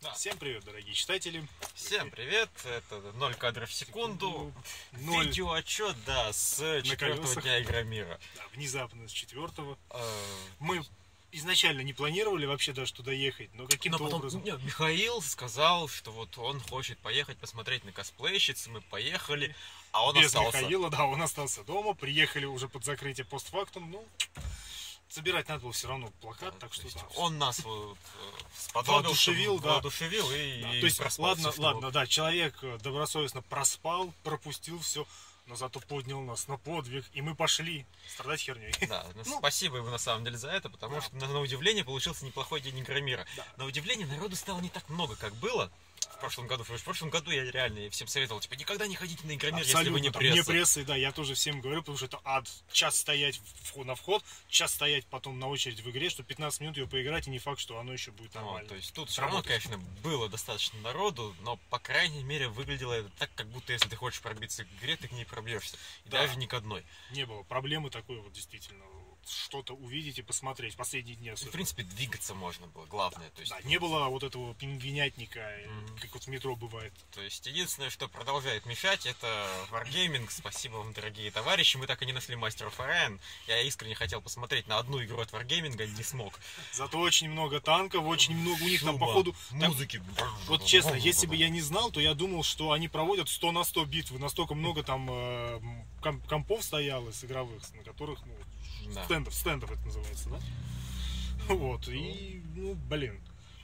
Да. Всем привет, дорогие читатели. Всем привет, это 0 кадров в секунду. 0 Видеоотчет, да, с на 4-го колесах. дня Игромира. Да, внезапно с 4-го. Э, Мы изначально не планировали вообще даже туда ехать, но Но каким-то потом образом. Михаил сказал, что вот он хочет поехать посмотреть на косплейщиц, мы поехали, а он Без остался. Михаила, да, он остался дома, приехали уже под закрытие постфактум, ну, собирать надо было все равно плакат, так То что есть да. он нас вот, сподобил, Воодушевил, да. воодушевил и, Да, и то есть, проспал ладно, всё, что ладно, мог. да, человек добросовестно проспал, пропустил все, но зато поднял нас на подвиг, и мы пошли страдать херней. Да, Ну, спасибо ему на самом деле за это, потому да. что на удивление получился неплохой день Игромира. Да. На удивление народу стало не так много, как было в прошлом году. В прошлом году я реально всем советовал, типа, никогда не ходите на Игромир, если вы не там, пресса. не пресса, да, я тоже всем говорю, потому что это ад. Час стоять на вход, час стоять потом на очередь в игре, что 15 минут ее поиграть, и не факт, что оно еще будет нормально. То есть тут все равно, конечно, было достаточно народу, но, по крайней мере, выглядело это так, как будто если ты хочешь пробиться к игре, ты к ней пробьешься. И Да. даже не к одной. Не было проблемы такой вот действительно. Что-то увидеть и посмотреть. Последние дни В особенно. принципе, двигаться можно было, главное. То есть, Да, не было вот этого пингвинятника, как вот в метро бывает. То есть единственное, что продолжает мешать, это Wargaming. Спасибо вам, дорогие товарищи. Мы так и не нашли Master of Orion. Я искренне хотел посмотреть на одну игру от Wargaming, не смог. Зато очень много танков, очень много у них там Шума, походу. музыки. Вот честно, если бы я не знал, то я думал, что они проводят 100 на 100 битвы. Настолько много там компов стояло с игровых, на которых, ну, Да. стендов это называется, да? Вот, и, ну, блин.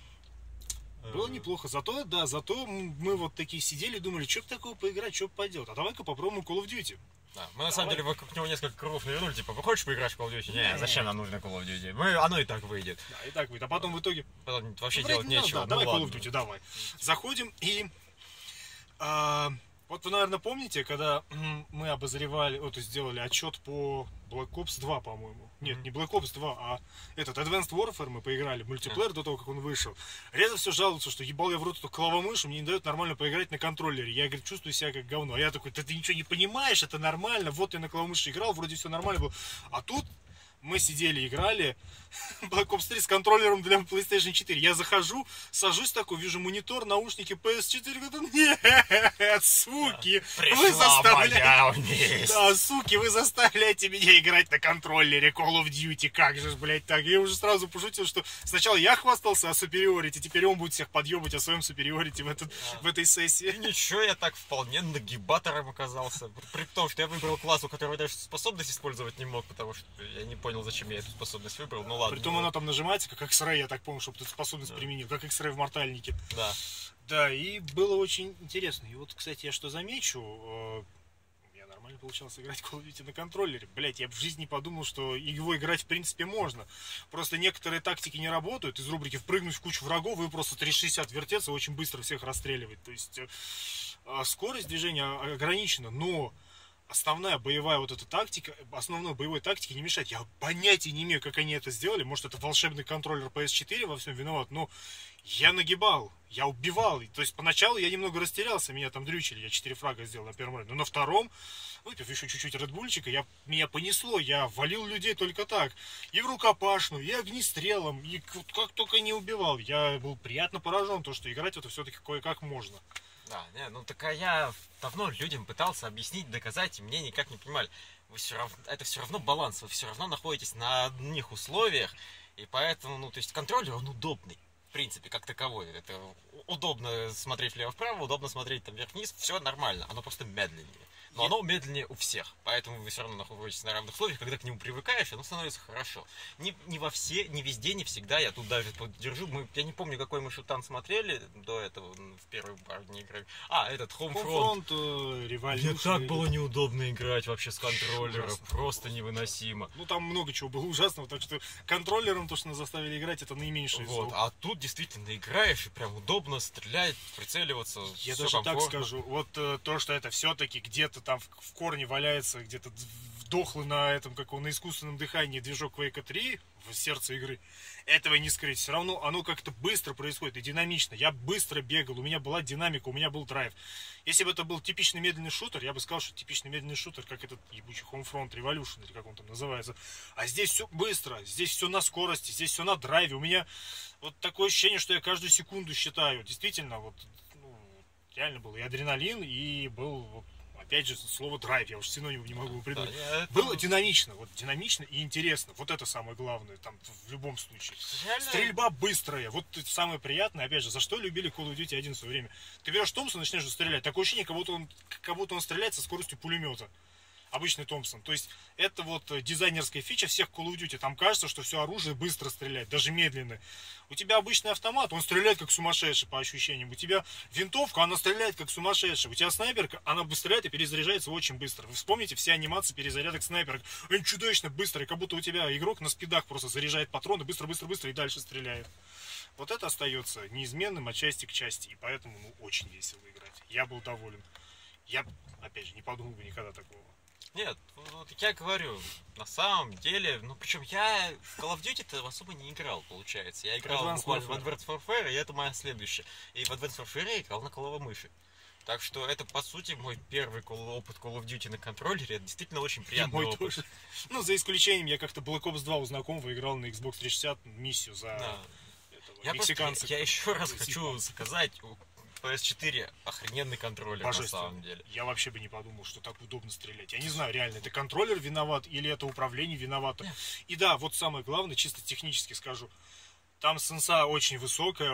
Было неплохо. Зато, да, зато мы вот такие сидели и думали, что бы такого поиграть, что бы поделать. А давай-ка попробуем Call of Duty. Да. Мы на самом деле вокруг него несколько кругов навернули, типа, вы хочешь поиграть в Call of Duty? Не, зачем нам нужно Call of Duty? Оно и так выйдет. Да, и так будет. А потом в итоге... Потом вообще Ну, делать вроде не нечего. надо, да, Ну, давай Call ладно. of Duty, давай. Заходим и... вот вы, наверное, помните, когда мы обозревали, то есть сделали отчет по Black Ops 2, по-моему. Нет, не Black Ops 2, а этот Advanced Warfare мы поиграли, мультиплеер до того, как он вышел. Реза все жалуется, что ебал я в рот эту клавомышу, мне не дают нормально поиграть на контроллере. Я, говорит, чувствую себя как говно. А я такой, да ты ничего не понимаешь, это нормально. Вот я на клавомыше играл, вроде все нормально было. А тут мы сидели, играли Black Ops 3 с контроллером для PlayStation 4. Я захожу, сажусь такой, вижу монитор, наушники PS4. Говорю, нет, суки, вы Пришла моя месть. Да, суки, вы заставляете меня играть на контроллере Call of Duty. Как же, блядь, так? Я уже сразу пошутил, что сначала я хвастался о супериорите, теперь он будет всех подъебать о своем супериорите в этой сессии. И ничего, я так вполне нагибатором оказался. При том, что я выбрал класс, у которого даже способность использовать не мог, потому что я не понял, зачем я эту способность выбрал. Ну ладно. Притом она там нажимается, как X-Ray, я так помню, чтобы ты способность применил, как X-Ray в Мортальнике. Да. Да, и было очень интересно. И вот, кстати, я что замечу, у меня нормально получалось играть Call of Duty на контроллере. Блять, я в жизни не подумал, что его играть в принципе можно. Просто некоторые тактики не работают. Из рубрики впрыгнуть в кучу врагов и просто 360 вертеться, очень быстро всех расстреливать. То есть скорость движения ограничена, но основная боевая вот эта тактика, основной боевой тактике не мешать. Я понятия не имею, как они это сделали. Может, это волшебный контроллер PS4 во всем виноват, но я нагибал, я убивал. То есть поначалу я немного растерялся, меня там дрючили, я 4 фрага сделал на первом раунде. Но на втором, выпив еще чуть-чуть редбульчика, меня понесло, я валил людей только так. И в рукопашную, и огнестрелом, и как только не убивал. Я был приятно поражен, то, что играть в это все-таки кое-как можно. Да, ну так я давно людям пытался объяснить, доказать, и мне никак не понимали. Это все равно баланс, вы все равно находитесь на одних условиях, и поэтому, то есть контроллер, он удобный. В принципе, как таковой. Это удобно смотреть влево-вправо, удобно смотреть там вверх-вниз, все нормально, оно просто медленнее. Но оно медленнее у всех, поэтому вы все равно находитесь на равных условиях, когда к нему привыкаешь, оно становится хорошо. Не везде, не всегда, я тут даже поддержу. Я не помню, какой мы шутан смотрели до этого, в первые пару дней игры. Этот Homefront. Revolution. Мне так было неудобно играть вообще с контроллером, просто невыносимо. Ну там много чего было ужасного, так что контроллером то, что нас заставили играть, это наименьшее из зол. А тут действительно играешь и прям удобно стрелять, прицеливаться. Я даже так скажу, вот то, что это все-таки где-то там в корне валяется, где-то дохлый на этом, как он, на искусственном дыхании движок Quake 3 в сердце игры, этого не скрыть. Все равно оно как-то быстро происходит и динамично. Я быстро бегал, у меня была динамика, у меня был драйв. Если бы это был типичный медленный шутер, я бы сказал, что типичный медленный шутер, как этот ебучий Homefront Revolution, или как он там называется. А здесь все быстро, здесь все на скорости, здесь все на драйве. У меня вот такое ощущение, что я каждую секунду считаю. Действительно, вот, ну, реально был и адреналин, и был... Вот, опять же, слово драйв, я уж синоним не могу придумать. Да, было динамично, вот динамично и интересно. Вот это самое главное, там, в любом случае. Реально... Стрельба быстрая, вот самое приятное, опять же, за что любили Call of Duty 1 в свое время. Ты берешь Томпсон, начинаешь стрелять, такое ощущение, как будто он стреляет со скоростью пулемета. Обычный Томпсон. То есть это вот дизайнерская фича всех Call of Duty. Там кажется, что все оружие быстро стреляет, даже медленно. У тебя обычный автомат, он стреляет как сумасшедший по ощущениям. У тебя винтовка, она стреляет как сумасшедшая. У тебя снайперка, она стреляет и перезаряжается очень быстро. Вы вспомните все анимации перезарядок снайперок. Они чудовищно быстрые, как будто у тебя игрок на спидах просто заряжает патроны быстро-быстро-быстро и дальше стреляет. Вот это остается неизменным от части к части. И поэтому очень весело играть. Я был доволен. Я, опять же, не подумал бы никогда такого. Нет, вот я говорю, на самом деле, ну причем я в Call of Duty-то особо не играл, получается. Я играл буквально в Advanced Warfare, и это моя следующая. И в Advanced Warfare я играл на клавомыши. Так что это, по сути, мой первый опыт Call of Duty на контроллере. Это действительно очень приятный опыт. Тоже. Ну, за исключением, я как-то Black Ops 2 у знакомого играл на Xbox 360 миссию за мексиканцев. Я еще раз хочу сказать... PS4 охрененный контроллер, на самом деле. Я вообще бы не подумал, что так удобно стрелять. Я не знаю, реально, это контроллер виноват или это управление виновато. Нет. И да, вот самое главное, чисто технически скажу, там сенса очень высокая,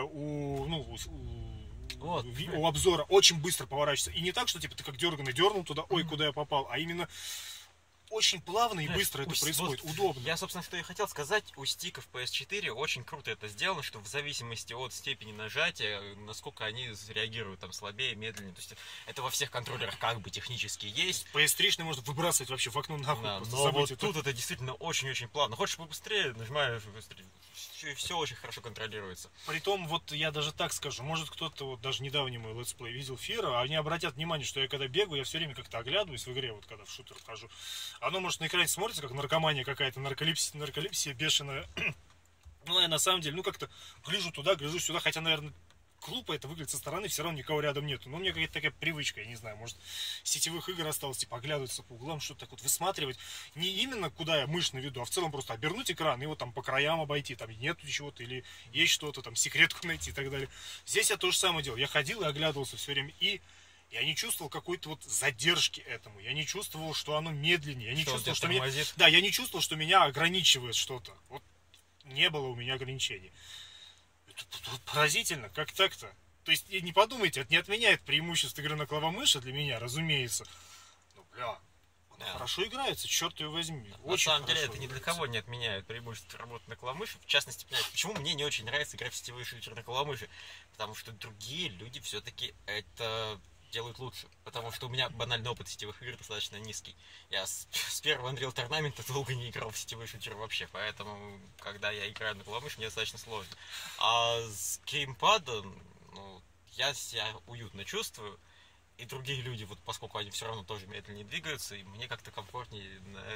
у обзора очень быстро поворачивается. И не так, что типа ты как дерганый дернул туда, ой, куда я попал, а именно... Очень плавно и быстро это происходит, удобно. Я, собственно, что и хотел сказать, у стиков PS4 очень круто это сделано, что в зависимости от степени нажатия, насколько они реагируют там слабее, медленнее. То есть это во всех контроллерах как бы технически есть. PS3 можно выбрасывать вообще в окно нахуй. Да, но вот тут это действительно очень-очень плавно. Хочешь побыстрее, нажимаешь быстрее. Все очень хорошо контролируется. Притом, вот я даже так скажу, может кто-то, вот даже недавний мой летсплей видел Фира, они обратят внимание, что я когда бегаю, я все время как-то оглядываюсь в игре, вот когда в шутер вхожу. Оно, может, на экране смотрится, как наркомания какая-то, нарколепсия бешеная. Ну, я на самом деле, как-то гляжу туда, гляжу сюда, хотя, наверное, глупо это выглядит со стороны, все равно никого рядом нету. Но у меня какая-то такая привычка, я не знаю, может, сетевых игр осталось, типа, оглядываться по углам, что-то так вот высматривать. Не именно, куда я мышь наведу, а в целом просто обернуть экран и вот там по краям обойти, там нету чего-то, или есть что-то, там, секретку найти и так далее. Здесь я то же самое делал. Я ходил и оглядывался все время, и я не чувствовал какой-то вот задержки этому. Я не чувствовал, что оно медленнее. Я не чувствовал, что меня... Да, я не чувствовал, что меня ограничивает что-то. Вот не было у меня ограничений. Это поразительно, как так-то? То есть, не подумайте, это не отменяет преимущество игры на клавомыши для меня, разумеется. Ну, бля, она хорошо играется, черт ее возьми. На самом деле, это ни для кого не отменяет преимущество работы на клавомыши. В частности, почему мне не очень нравится играть в сетевые шутеры на клавомыши? Потому что другие люди все-таки это делают лучше. Потому что у меня банальный опыт сетевых игр достаточно низкий. Я с первого Unreal Tournament долго не играл в сетевые шутеры вообще. Поэтому, когда я играю на клавомыши, мне достаточно сложно. А с геймпадом, я себя уютно чувствую. И другие люди, вот поскольку они все равно тоже медленнее двигаются, и мне как-то комфортнее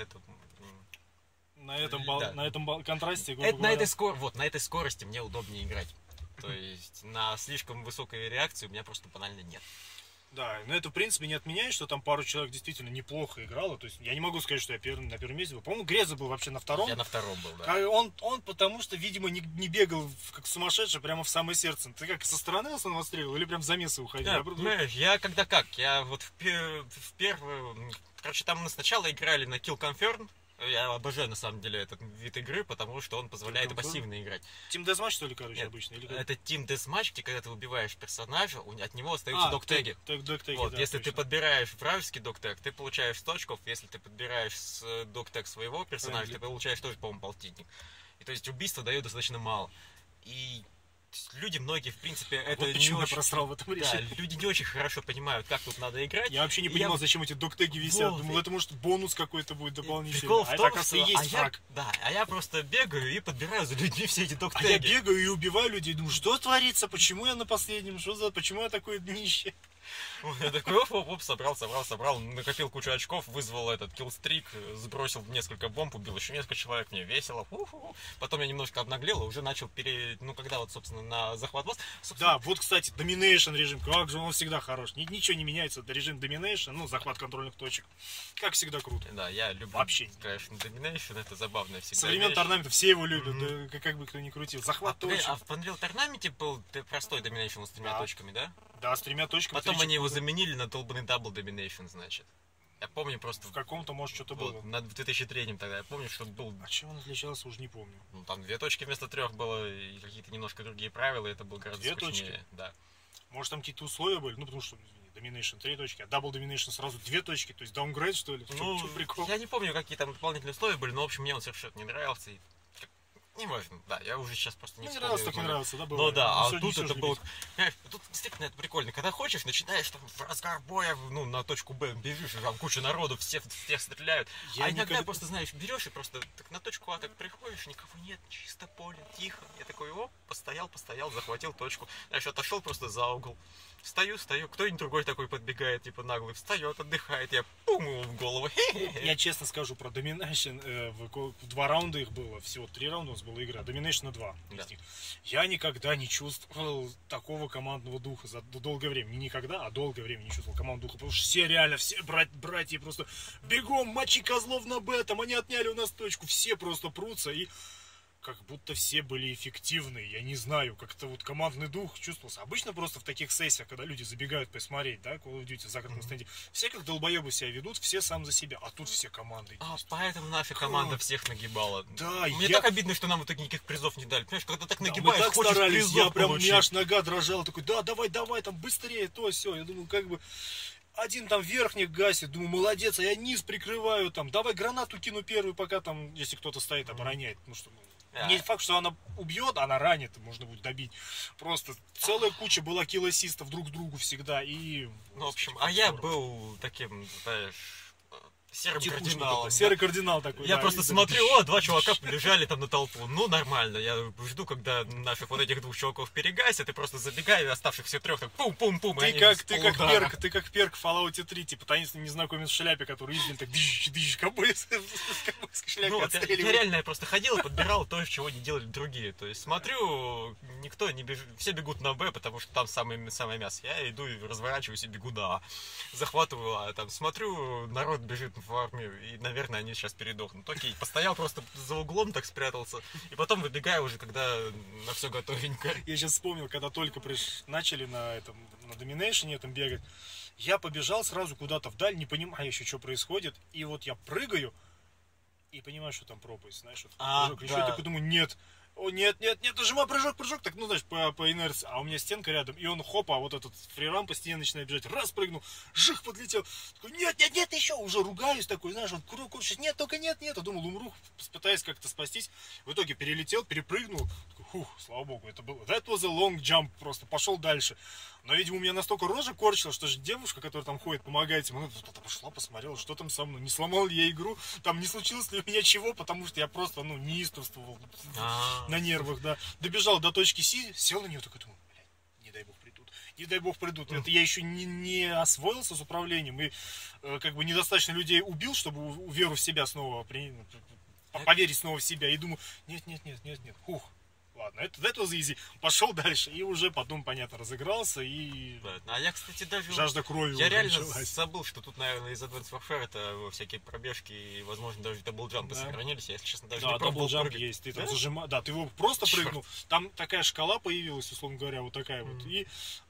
на этом контрасте. На этой скорости мне удобнее играть. То есть на слишком высокой реакции у меня просто банально нет. Да, но это в принципе не отменяет, что там пару человек действительно неплохо играло. То есть я не могу сказать, что я на первом месте был. По-моему, Греза был вообще на втором. Я на втором был, да. Он потому что, видимо, не бегал как сумасшедший прямо в самое сердце. Ты как, со стороны основного отстреливал или прям в замесы уходил? Я когда как. Я вот в первую... Короче, там сначала играли на Kill Confirm. Я обожаю, на самом деле, этот вид игры, потому что он позволяет пассивно играть. Team Deathmatch, что ли, короче, обычно? Или это Team Deathmatch, где когда ты убиваешь персонажа, от него остаются док-теги. Вот, да, если ты подбираешь вражеский док-тег, ты получаешь 100 очков. Если ты подбираешь док-тег своего персонажа, ты получаешь тоже, по-моему, полтинник. И то есть убийство дает достаточно мало. И люди многие, в принципе, это вот почему я просрал в этом решении. Да, люди не очень хорошо понимают, как тут надо играть. Я вообще не понимал, зачем эти док-теги висят. Думал, это может бонус какой-то будет дополнительный. Прикол в том, что есть фраг. А я просто бегаю и подбираю за людьми все эти док-теги. А я бегаю и убиваю людей. Думаю, что творится? Почему я на последнем? Почему я такой днище? Я такой, оп, собрал, накопил кучу очков, вызвал этот киллстрик, сбросил несколько бомб, убил еще несколько человек, мне весело. Потом я немножко обнаглел и уже начал когда вот, собственно, на захват босса. Да, вот, кстати, Domination режим, как же он всегда хорош. Ничего не меняется, это режим Domination, ну, захват контрольных точек. Как всегда круто. Да, я люблю, вообще, конечно, Domination, это забавная всегда со времен Торнамента все его любят, да, как бы кто ни крутил. Захват точек. А в Unreal Tournament был простой Domination с 3 точками, да? Да, с 3 точками. Потом они его заменили на долбанный Double Domination, значит. Я помню просто... В каком-то, может, что-то было. В 2003 тогда, я помню, что был... А чем он отличался, уже не помню. Ну, там 2 точки вместо 3 было, и какие-то немножко другие правила, и это было гораздо 2 скучнее. точки? Да. Может, там какие-то условия были? Ну, потому что Domination 3 точки, а Double Domination сразу 2 точки, то есть downgrade, что ли? Ну, Чё прикол? я не помню, какие там дополнительные условия были, но, в общем, мне он совершенно не нравился. И... Не важно, да, я уже сейчас просто не Ну, не вспомню. нравился, так не нравился, да, было. Ну да, а Всё тут это было... любить. Понимаешь, тут действительно это прикольно. Когда хочешь, начинаешь там в разгар боя, ну, на точку Б бежишь, и там куча народу, всех стреляют. А иногда просто, знаешь, берешь и просто так на точку А так приходишь, никого нет, чисто поле, тихо. Я такой, постоял, захватил точку. Знаешь, отошел просто за угол. Стою, кто-нибудь другой такой подбегает, типа наглый, встает, отдыхает, я пум ему в голову. Я честно скажу про Domination, 2 раунда их было, всего 3 раунда у нас была игра, Domination 2 Да. из них. Я никогда не чувствовал такого командного духа за долгое время, не никогда, а долгое время не чувствовал командного духа, потому что все реально, все братья просто бегом, мочи козлов на Б, там они отняли у нас точку, все просто прутся и... Как будто все были эффективны, я не знаю, как-то вот командный дух чувствовался. Обычно просто в таких сессиях, когда люди забегают посмотреть, да, Call of Duty в закрытом стенде, все как долбоебы себя ведут, все сам за себя, а тут все команды. Поэтому наша команда всех нагибала. Да, Мне так обидно, что нам в итоге никаких призов не дали. Понимаешь, когда так Да, нагибаешь, мы так хочешь старались, призов я прям, у получить. меня аж нога дрожала, такой, да, давай, там быстрее, то, все. Я думаю, как бы, один там верхних гасит, думаю, молодец, а я низ прикрываю, там, давай гранату кину первый, пока там, если кто-то стоит, обороняет, ну что, не факт, что она убьет, она ранит, можно будет добить. Просто целая куча была килл-ассистов друг другу всегда. И... Ну, в общем, я был таким, знаешь, серым кардиналом. Серый кардинал такой. Я да, просто смотрю, 2 чувака лежали там на толпу. Ну, нормально. Я жду, когда наших вот этих 2 чуваков перегасят, и просто забегаю, и оставшихся 3 так пум-пум-пум. Ты как перк в Fallout 3, типа таинственный незнакомец в шляпе, который ездил так дыщ, ковбой с шляпой ну, отстреливает. я реально просто ходил и подбирал то, чего не делали другие. То есть смотрю, никто не бежит, все бегут на Б, потому что там самое мясо. Я иду и разворачиваюсь и бегу на А. Захватываю А, там смотрю, народ бежит в армию, и, наверное, они сейчас передохнут. Окей, постоял просто за углом, так спрятался, и потом выбегаю уже, когда на все готовенько. Я сейчас вспомнил, когда только начали на Domination этом бегать, я побежал сразу куда-то вдаль, не понимая еще, что происходит, и вот я прыгаю, и понимаю, что там пропасть, знаешь, вот прыжок. Еще я такой думаю, нет, нажимаю прыжок, так, ну, знаешь, по инерции, а у меня стенка рядом, и он, хопа, вот этот фрирам по стене начинает бежать, раз прыгнул, жих, подлетел, такой, нет, еще, уже ругаюсь такой, знаешь, он курочит, нет, только нет, думал, умру, пытаясь как-то спастись, в итоге перелетел, перепрыгнул, такой, слава богу, это было, that was a long jump, просто пошел дальше. Но, видимо, у меня настолько рожа корчила, что же девушка, которая там ходит, помогает ему, она пошла, посмотрела, что там со мной, не сломал ли я игру, там не случилось ли у меня чего, потому что я просто, неистовствовал на нервах, да. Добежал до точки С, сел на нее, такой думаю, блядь, не дай бог придут. Это я еще не освоился с управлением и как бы недостаточно людей убил, чтобы веру в себя снова поверить снова в себя. И думаю, нет, хух. Ладно, это was easy. Пошел дальше. И уже потом, понятно, разыгрался. И а я, кстати, даже... жажда крови. Я реально забыл, что тут, наверное, из Advanced Warfare это всякие пробежки и, возможно, даже даблджампы сохранились. Я, если честно, даже не пробовал даблджамп есть. Ты там зажимаешь. Да, ты его просто прыгнул. Там такая шкала появилась, условно говоря, вот такая вот. И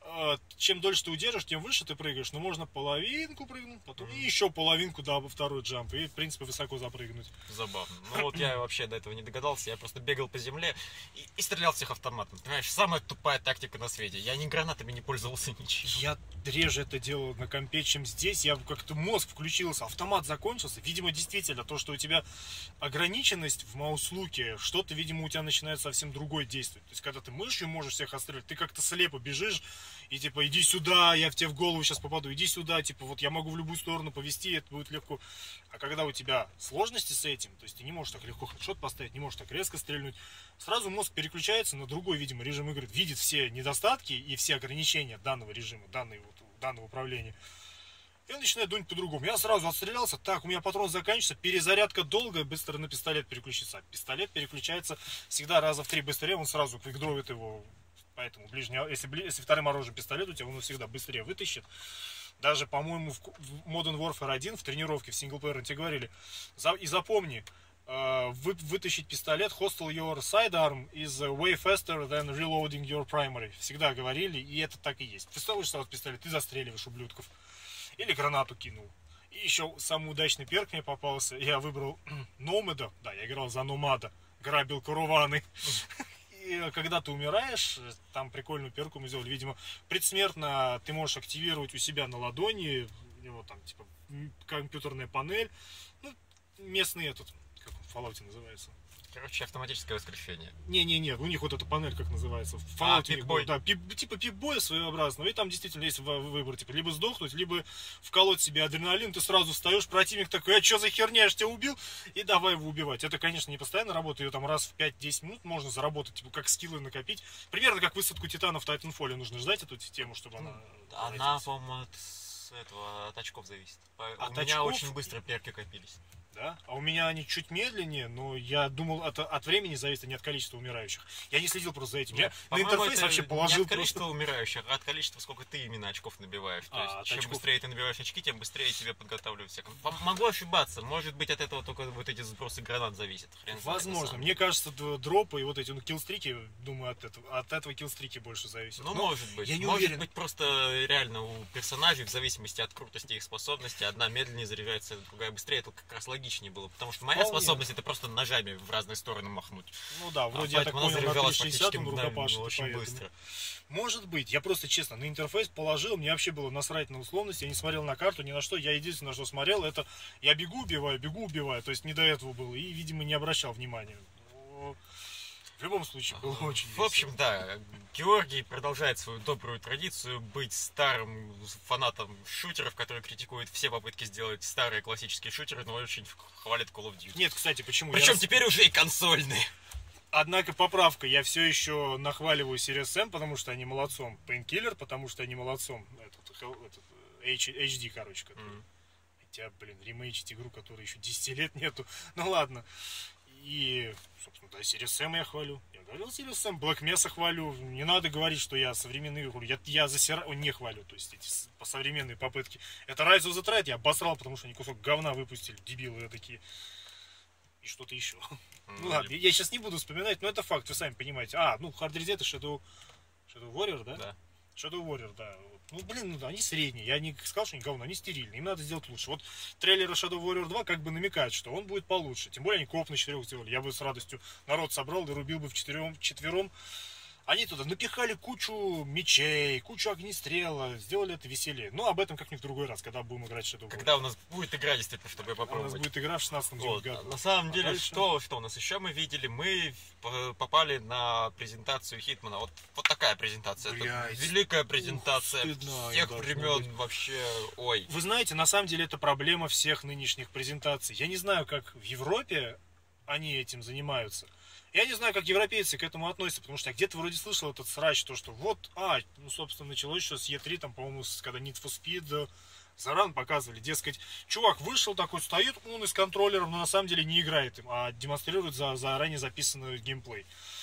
чем дольше ты удержишь, тем выше ты прыгаешь. Но можно половинку прыгнуть, потом и еще половинку, да, во второй джамп. И, в принципе, высоко запрыгнуть. Забавно. Ну вот я вообще до этого не догадался. Я просто бегал по земле и стрелял всех автоматом. Понимаешь, самая тупая тактика на свете. Я ни гранатами не пользовался, ничего. Я реже это делал на компе, чем здесь. Я как-то мозг включился, автомат закончился. Видимо, действительно, то, что у тебя ограниченность в маус-луке, что-то, видимо, у тебя начинает совсем другое действовать. То есть, когда ты мышью можешь всех отстрелять, ты как-то слепо бежишь и типа, иди сюда, я в тебя в голову сейчас попаду, иди сюда, типа, вот я могу в любую сторону повести, это будет легко. А когда у тебя сложности с этим, то есть ты не можешь так легко хедшот поставить, не можешь так резко стрельнуть, сразу мозг переключается на другой, видимо, режим игры, видит все недостатки и все ограничения данного режима, данной вот данного управления. И он начинает думать по-другому. Я сразу отстрелялся, так, у меня патрон заканчивается, перезарядка долгая, быстро на пистолет переключится. Пистолет переключается всегда раза в 3 быстрее, он сразу квикдровит его. Поэтому ближний, если вторым оружием пистолет у тебя, он его всегда быстрее вытащит. Даже, по-моему, в Modern Warfare 1 в тренировке, в синглплеере тебе говорили, и запомни, вытащить пистолет, hostile your sidearm is way faster than reloading your primary. Всегда говорили, и это так и есть. Ты ставишь сразу пистолет, ты застреливаешь ублюдков. Или гранату кинул. И еще самый удачный перк мне попался. Я выбрал Номада. Да, я играл за Номада. Грабил караваны. И когда ты умираешь, там прикольную перку мы сделали. Видимо, предсмертно ты можешь активировать у себя на ладони. У него там типа компьютерная панель. Ну, местный этот, как он в Fallout называется. Короче, автоматическое воскрешение. Не, у них вот эта панель, как называется, в Fallout пик-бой. Да, типа пик-боя своеобразного. И там действительно есть выбор, типа, либо сдохнуть, либо вколоть себе адреналин, ты сразу встаешь, противник такой, а что за херня, я ж тебя убил, и давай его убивать. Это, конечно, не постоянно работает, ее там раз в 5-10 минут можно заработать, типа, как скиллы накопить. Примерно как высадку титана в Titanfall, нужно ждать эту тему, чтобы она... Она, по-моему, от очков зависит. У меня очень быстро перки копились. Да? А у меня они чуть медленнее, но я думал, это от времени зависит, а не от количества умирающих. Я не следил просто за этим. Нет, я на интерфейс вообще положил не от количества умирающих, а от количества, сколько ты именно очков набиваешь. То есть, чем очков... быстрее ты набиваешь очки, тем быстрее тебе подготавливают всякое. Могу ошибаться, может быть, от этого только вот эти сбросы гранат зависят. Возможно. Мне кажется, дропы и вот эти киллстрики, думаю, от этого киллстрики больше зависят. Ну, может быть. Я не может уверен. быть, просто реально у персонажей, в зависимости от крутости их способности, одна медленнее заряжается, другая быстрее. Это как раз логичнее было, потому что моя способность это просто ножами в разные стороны махнуть. Ну да, вроде я так понял, на 360-м рукопашный. Очень быстро. Может быть, я просто честно на интерфейс положил, мне вообще было насрать на условности, я не смотрел на карту, ни на что, я единственное, что смотрел, это я бегу, убиваю, то есть не до этого было, и, видимо, не обращал внимания. Но в любом случае, было очень весело. В общем, да, Георгий продолжает свою добрую традицию быть старым фанатом шутеров, который критикует все попытки сделать старые классические шутеры, но очень хвалит Call of Duty. Нет, кстати, почему? Причем теперь уже и консольные. Однако поправка, я все еще нахваливаю Series M, потому что они молодцом. Painkiller, потому что они молодцом. Этот HD, короче. Хотя, ремейчить игру, которой еще 10 лет нету. Ну ладно. И, собственно, да, Series M я хвалю. Я говорил Series M, Black Mesa хвалю. Не надо говорить, что я современные игры. Я не хвалю, то есть эти современные попытки. Это Rise of the Triad я обосрал, потому что они кусок говна выпустили, дебилы такие. И что-то еще. Ну ладно, я сейчас не буду вспоминать, но это факт, вы сами понимаете. Hard Reset и Shadow Warrior, да? Да. Shadow Warrior, да. Они средние. Я не сказал, что они говно, они стерильные. Им надо сделать лучше. Вот трейлеры Shadow Warrior 2 как бы намекают, что он будет получше. Тем более они коп на 4 сделали. Я бы с радостью народ собрал и рубил бы вчетвером. Они туда напихали кучу мечей, кучу огнестрела, сделали это веселее. Но об этом как-нибудь в другой раз, когда будем играть в Shadow Warrior. Когда у нас будет игра, действительно, чтобы попробовать. У нас будет игра в 16-м году. На самом деле, что у нас еще мы видели? Мы попали на презентацию Хитмана. Вот такая презентация. Это великая презентация всех времен вообще. Ой. Вы знаете, на самом деле это проблема всех нынешних презентаций. Я не знаю, как в Европе они этим занимаются. Я не знаю, как европейцы к этому относятся, потому что я где-то вроде слышал этот срач, то что собственно, началось еще с E3, там, по-моему, когда Need for Speed заран показывали, дескать, чувак вышел такой, стоит он с контроллером, но на самом деле не играет им, а демонстрирует заранее записанный геймплей.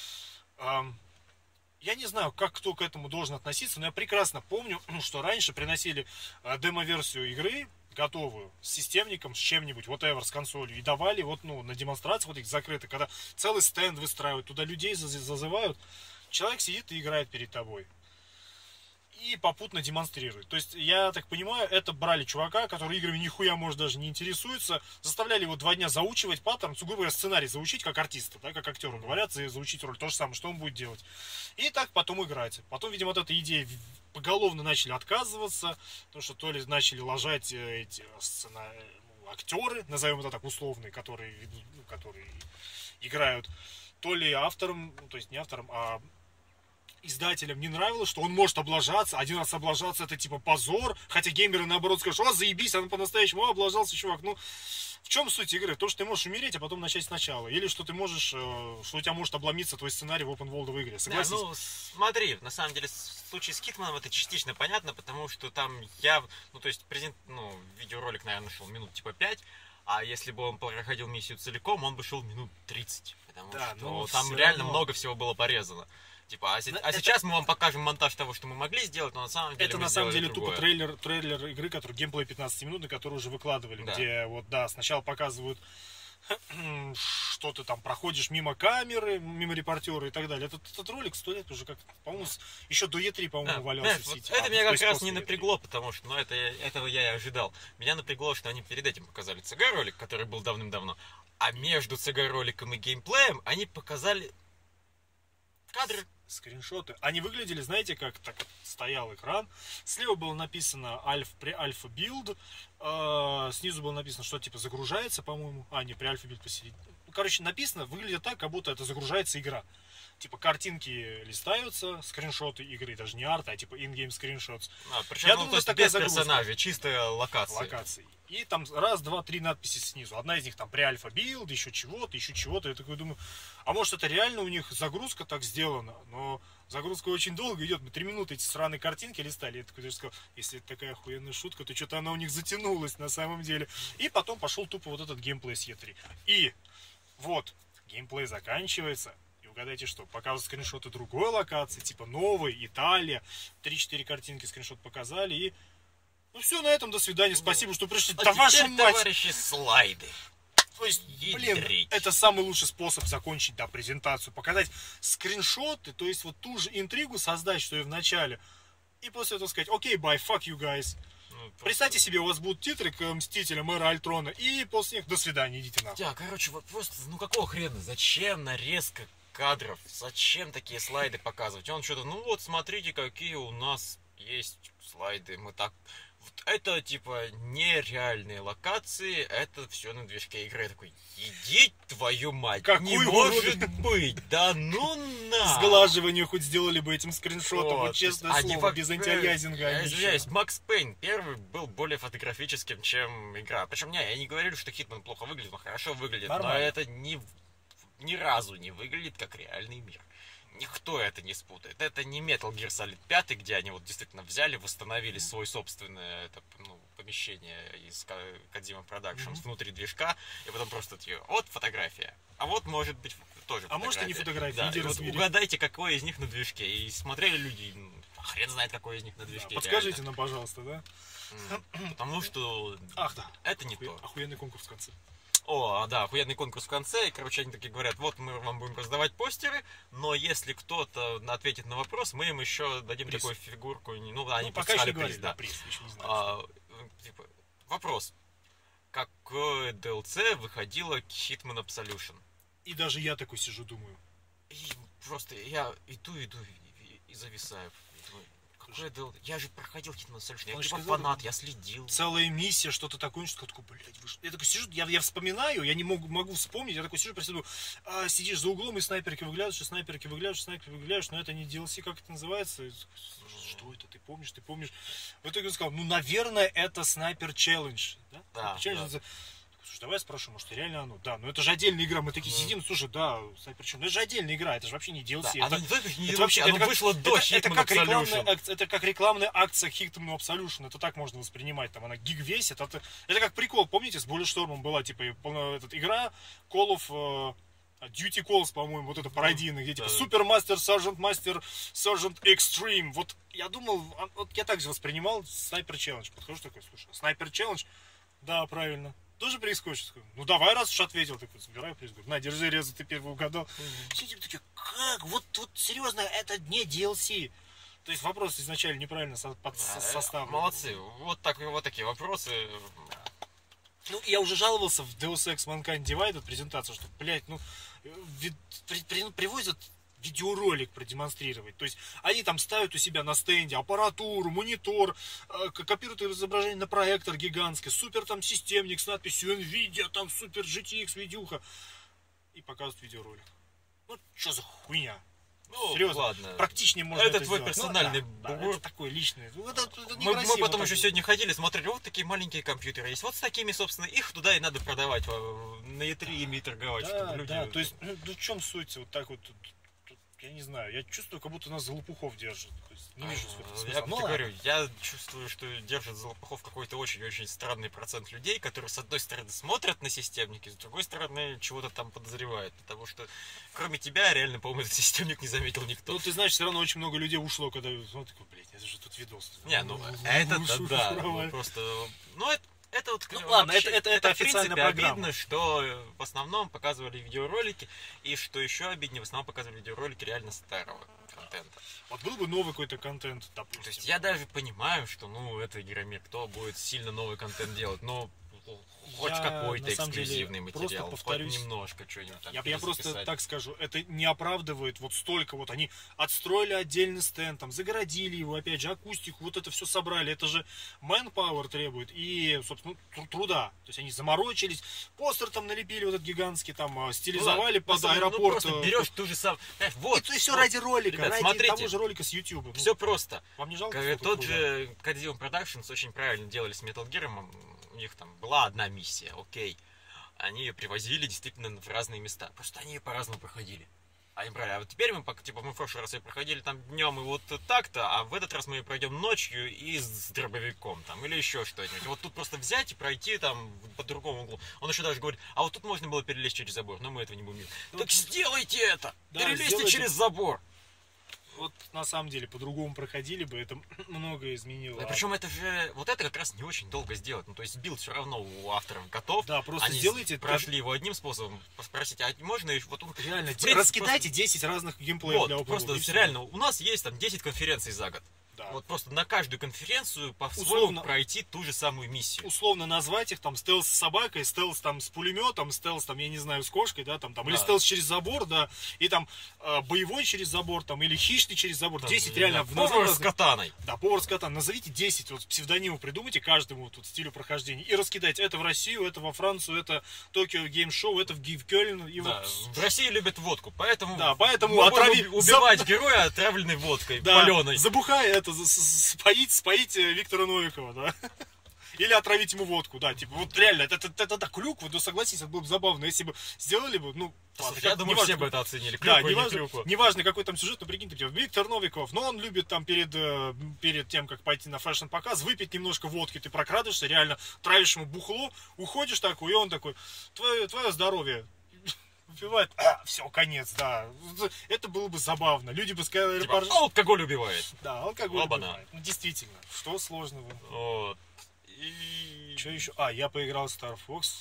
Я не знаю, как кто к этому должен относиться, но я прекрасно помню, что раньше приносили демо-версию игры, готовую, с системником, с чем-нибудь, whatever, с консолью, и давали на демонстрации вот их закрыто, когда целый стенд выстраивают, туда людей зазывают, человек сидит и играет перед тобой. И попутно демонстрирует. То есть, я так понимаю, это брали чувака, который играми нихуя, может, даже не интересуется, заставляли его 2 дня заучивать паттерн, грубо говоря, сценарий заучить, как артиста, да, как актеру говорят, заучить роль, то же самое, что он будет делать. И так потом играть. Потом, видимо, от этой идеи поголовно начали отказываться, потому что то ли начали ложать эти актеры, назовем это так, условные, которые играют, то ли автором, то есть не автором, а издателям не нравилось, что он может облажаться. Один раз облажаться — это типа позор. Хотя геймеры наоборот скажут: заебись, он по-настоящему облажался, чувак. В чем суть игры? То, что ты можешь умереть, а потом начать сначала. Или что ты можешь, что у тебя может обломиться твой сценарий в open world игре. Согласись? Да, смотри, на самом деле в случае с Хитманом это частично понятно, потому что там ну, то есть, видеоролик, наверное, шел минут типа 5, а если бы он проходил миссию целиком, он бы шел минут 30, потому что там реально много всего было порезано. Типа, сейчас мы вам покажем монтаж того, что мы могли сделать, но на самом деле это на самом деле тупо трейлер игры, который геймплей 15 минут, который уже выкладывали, да. Где сначала показывают, что ты там проходишь мимо камеры, мимо репортера и так далее. Этот ролик 100 лет уже как, по-моему, еще до E3, по-моему, валялся в сети. Это меня как раз не напрягло, потому что, этого я и ожидал. Меня напрягло, что они перед этим показали CG-ролик, который был давным-давно, а между CG-роликом и геймплеем они показали кадры. Скриншоты. Они выглядели, знаете, как так стоял экран. Слева было написано альфа билд. Снизу было написано, что типа загружается, по-моему. Не, при альфа билд посередине. Короче, написано, выглядит так, как будто это загружается игра. Типа картинки листаются, скриншоты игры, даже не арта, а типа in-game screenshots. Причем, я думаю, то есть без персонажей, чистая локация. И там раз, два, три надписи снизу. Одна из них там при альфа билд, еще чего-то. Я такой думаю, а может это реально у них загрузка так сделана? Но загрузка очень долго идет. Мы 3 минуты эти сраные картинки листали. Я такой даже сказал, если это такая охуенная шутка, то что-то она у них затянулась на самом деле. И потом пошел тупо вот этот геймплей с E3. И вот, геймплей заканчивается. Угадайте что, показывают скриншоты другой локации, типа новой, Италия, 3-4 картинки скриншот показали, и ну все, на этом, до свидания, спасибо, что пришли. Да вашу мать! Товарищи, слайды. То есть, это самый лучший способ закончить, презентацию, показать скриншоты, то есть вот ту же интригу создать, что и в начале, и после этого сказать, окей, bye, fuck you guys. Представьте себе, у вас будут титры к Мстителям, Эра Альтрона, и после них до свидания, идите нахуй. Короче, вот просто, какого хрена, зачем нарезка кадров, зачем такие слайды показывать? Он что-то, вот смотрите, какие у нас есть слайды, мы так... Вот это, типа, нереальные локации, это все на движке игры. Я такой, иди твою мать, не может быть, да ну на! Сглаживание хоть сделали бы этим скриншотом, вот честное слово, без антиалязинга. Я извиняюсь, Макс Пейн первый был более фотографическим, чем игра. Причем, я не говорю, что Хитман плохо выглядит, он хорошо выглядит, нормально. Но это ни разу не выглядит как реальный мир. Никто это не спутает. Это не Metal Gear Solid 5, где они вот действительно взяли, восстановили свое собственное помещение из Kojima Productions внутри движка, и потом просто вот фотография. А вот может быть тоже фотография. А может и не фотография. Да, вот угадайте, какое из них на движке. И смотрели люди, хрен знает, какое из них на движке. Подскажите нам, пожалуйста, да? Потому что это не то. Охуенный конкурс в конце. Охуенный конкурс в конце, и, короче, они такие говорят, вот мы вам будем раздавать постеры, но если кто-то ответит на вопрос, мы им еще дадим приз. Такую фигурку, они пока еще приз, говорили, приз, еще не знаю. Вопрос, какое DLC выходило к Hitman Absolution? И даже я такой сижу, думаю. И просто я иду и зависаю. Я же проходил Hitman Absolution, я типа фанат, я следил. Целая миссия, что-то такое, что такое, блядь, я такой сижу, я вспоминаю, я не могу вспомнить, я такой сижу, представляю, сидишь за углом и снайперки выглядываешь, но это не DLC, как это называется? Что это, ты помнишь? В итоге он сказал, наверное, это Снайпер Челлендж, да? Да. Слушай, давай спрошу, может, реально оно? Да, но это же отдельная игра, мы такие сидим, слушай, Снайпер Челлендж, это же отдельная игра, это же вообще не DLC. Да, это вышло до Hitman Absolution. Это как рекламная акция Hitman Absolution, это так можно воспринимать, там она гиг весит, это как прикол, помните, с Bulletstorm была, типа, игра Call of Duty Calls, по-моему, вот это пародийная, где типа Super Master, Sergeant Extreme. Вот я думал, вот я также воспринимал Sniper Challenge. Подхожу такой, слушай, Sniper Challenge? Да, правильно. Тоже приз хочешь? Давай, раз уж ответил, такой, собираю приз. Говорю, на, держи, Реза, ты первый угадал. Все такие, как? Вот серьезно, это не DLC. То есть вопрос изначально неправильно составлен. Молодцы, вот такие вопросы. Я уже жаловался в Deus Ex Mankind Divided презентацию, что, блядь, привозят видеоролик продемонстрировать. То есть они там ставят у себя на стенде аппаратуру, монитор, копируют изображение на проектор гигантский, супер там системник с надписью NVIDIA, там супер GTX видюха. И показывают видеоролик. Что за хуйня? Серьезно, ладно. Практичнее можно это твой сделать. Персональный бугор. Это такой личный. Мы потом еще сегодня ходили, смотрели, вот такие маленькие компьютеры есть. Вот с такими, собственно, их туда и надо продавать, на E3 ими торговать, чтобы люди... Да, то есть, в чем суть? Вот так вот, я не знаю, я чувствую, как будто нас за лопухов держат. То есть не вижу в этом смысла. Я говорю, я чувствую, что держит за лопухов какой-то очень-очень странный процент людей, которые, с одной стороны, смотрят на системники, с другой стороны, чего-то там подозревают. Потому что, кроме тебя, реально, по-моему, этот системник не заметил никто. Ну, ты знаешь, все равно очень много людей ушло, когда... Ну, такой, блядь, это же тут видос. Не, ну, это-то да. Ну, просто... Ну, это вот, ну ладно, вообще, это официальная программа. Обидно, что в основном показывали видеоролики, и что еще обиднее, в основном показывали видеоролики реально старого контента. Вот был бы новый какой-то контент, допустим. То есть я даже понимаю, что, ну, это Игромир, кто будет сильно новый контент делать, но хоть какой-то эксклюзивный материал, хоть немножко что-нибудь там. Я просто так скажу, это не оправдывает вот столько вот, они отстроили отдельный стенд, там, загородили его, опять же, акустику, вот это все собрали, это же manpower требует и, собственно, труда. То есть они заморочились, постер там налепили вот этот гигантский, там, стилизовали под аэропорт. Ну, просто берешь ту же самую, вот. И все ради ролика, ребят, ради смотрите, того же ролика с YouTube. Все просто. Вам не жалко? Тот же Kojima Productions очень правильно делали с Metal Gear, у них там была одна миссия, окей. Они ее привозили действительно в разные места. Просто они ее по-разному проходили. Они брали, а вот теперь мы, типа, мы в прошлый раз ее проходили там днем и вот так-то, а в этот раз мы ее пройдем ночью и с дробовиком там, или еще что-нибудь. Вот тут просто взять и пройти там по другому углу. Он еще даже говорит, а вот тут можно было перелезть через забор, но мы этого не будем. Так сделайте это! Да, перелезьте через забор! Вот на самом деле по-другому проходили бы, это многое изменило. Да, причем это же, вот это как раз не очень долго сделать. Ну, то есть билд все равно у авторов готов. Да, просто они сделайте. Прошли его одним способом. Спросите, а можно еще вот реально, раскидайте 10 разных геймплеев вот, для опыта. Просто реально, у нас есть там 10 конференций за год. Да. Вот просто на каждую конференцию по-своему пройти ту же самую миссию. Условно назвать их там стелс с собакой, стелс там с пулеметом, стелс там, я не знаю, с кошкой, да, там, или стелс через забор, да, и там боевой через забор, там, или хищный через забор. Там, 10 реально в повар с катаной. Да, повар с катаной. Назовите 10 вот псевдонимов, придумайте каждому тут стилю прохождения и раскидайте. Это в Россию, это во Францию, это Токио Гейм Шоу, это в Кёльн. И да, вот... В России любят водку, поэтому, убивать героя отравленной водкой, да, паленой. Забухай это, споить Виктора Новикова, да. Или отравить ему водку, да, типа, вот реально, это клюква, ну, согласись, это было бы забавно, если бы сделали бы, ну, ладно, я думаю, все бы это оценили, клюква, да, неважно, какой там сюжет, но прикинь, типа, Виктор Новиков, но он любит там перед тем, как пойти на фэшн-показ, выпить немножко водки, ты прокрадываешься, реально, травишь ему бухло, уходишь такой, и он такой, твое здоровье. Убивает, все, конец, да. Это было бы забавно. Люди бы сказали... Типа, алкоголь убивает. Да, алкоголь убивает. Ну, действительно, что сложного? Вот. Что еще? Я поиграл в Star Fox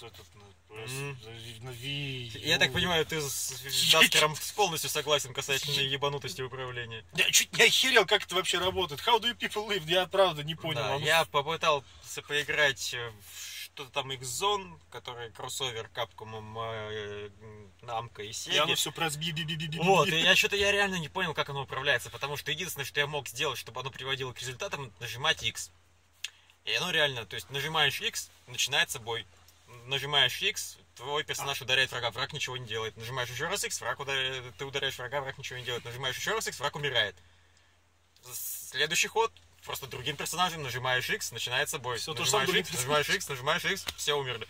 на Wii. Я так понимаю, ты с Дастером полностью согласен касательно ебанутости управления. Я чуть не охерел, как это вообще работает. How do people live? Я правда не понял. Да, я попытался поиграть в что-то там X-Zone, который кроссовер Капкомом, Намко и Сеги. И оно все про вот, и я реально не понял, как оно управляется, потому что единственное, что я мог сделать, чтобы оно приводило к результатам, нажимать X. И оно реально, то есть нажимаешь X, начинается бой. Нажимаешь X, твой персонаж ударяет врага, враг ничего не делает. Нажимаешь еще раз X, ты ударяешь врага, враг ничего не делает. Нажимаешь еще раз X, враг умирает. Следующий ход. Просто другим персонажем нажимаешь X, начинается бой. Все нажимаешь X, все умерли.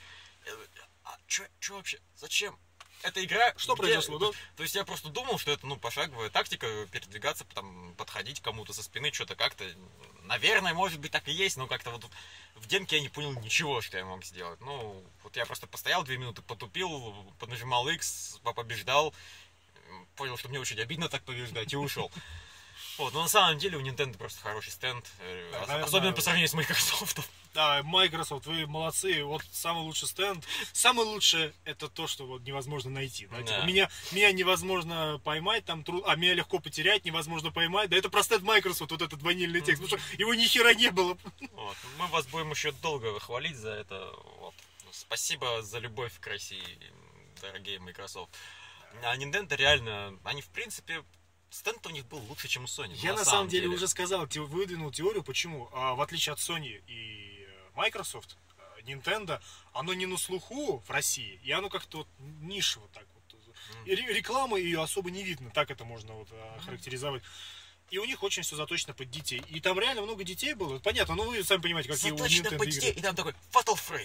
Че вообще? Зачем? Эта игра... Что произошло, да? То есть я просто думал, что это, пошаговая тактика, передвигаться, там, подходить кому-то со спины, что-то как-то... Наверное, может быть, так и есть, но как-то вот в демке я не понял ничего, что я мог сделать. Ну, вот я просто постоял 2 минуты, потупил, поднажимал X, побеждал, понял, что мне очень обидно так побеждать и ушел. Вот, но на самом деле у Nintendo просто хороший стенд, да, особенно по сравнению с Microsoft. Да, Microsoft, вы молодцы, вот самый лучший стенд. Самое лучшее это то, что вот невозможно найти. Да? Да. Типа, меня невозможно поймать, там меня легко потерять, невозможно поймать. Да это про стенд Microsoft, вот этот ванильный текст, потому что его ни хера не было. Вот. Мы вас будем еще долго хвалить за это. Вот. Спасибо за любовь к России, дорогие Microsoft. А Nintendo реально, они в принципе... Стенд у них был лучше, чем у Sony. Я на самом деле уже сказал, выдвинул теорию, почему. В отличие от Sony и Microsoft, Nintendo, оно не на слуху в России, и оно как-то вот нишево так вот. И рекламы ее особо не видно, так это можно вот характеризовать. И у них очень все заточено под детей. И там реально много детей было. Понятно, ну вы сами понимаете, какие у Nintendo под детей, и там такой Fatal Frame.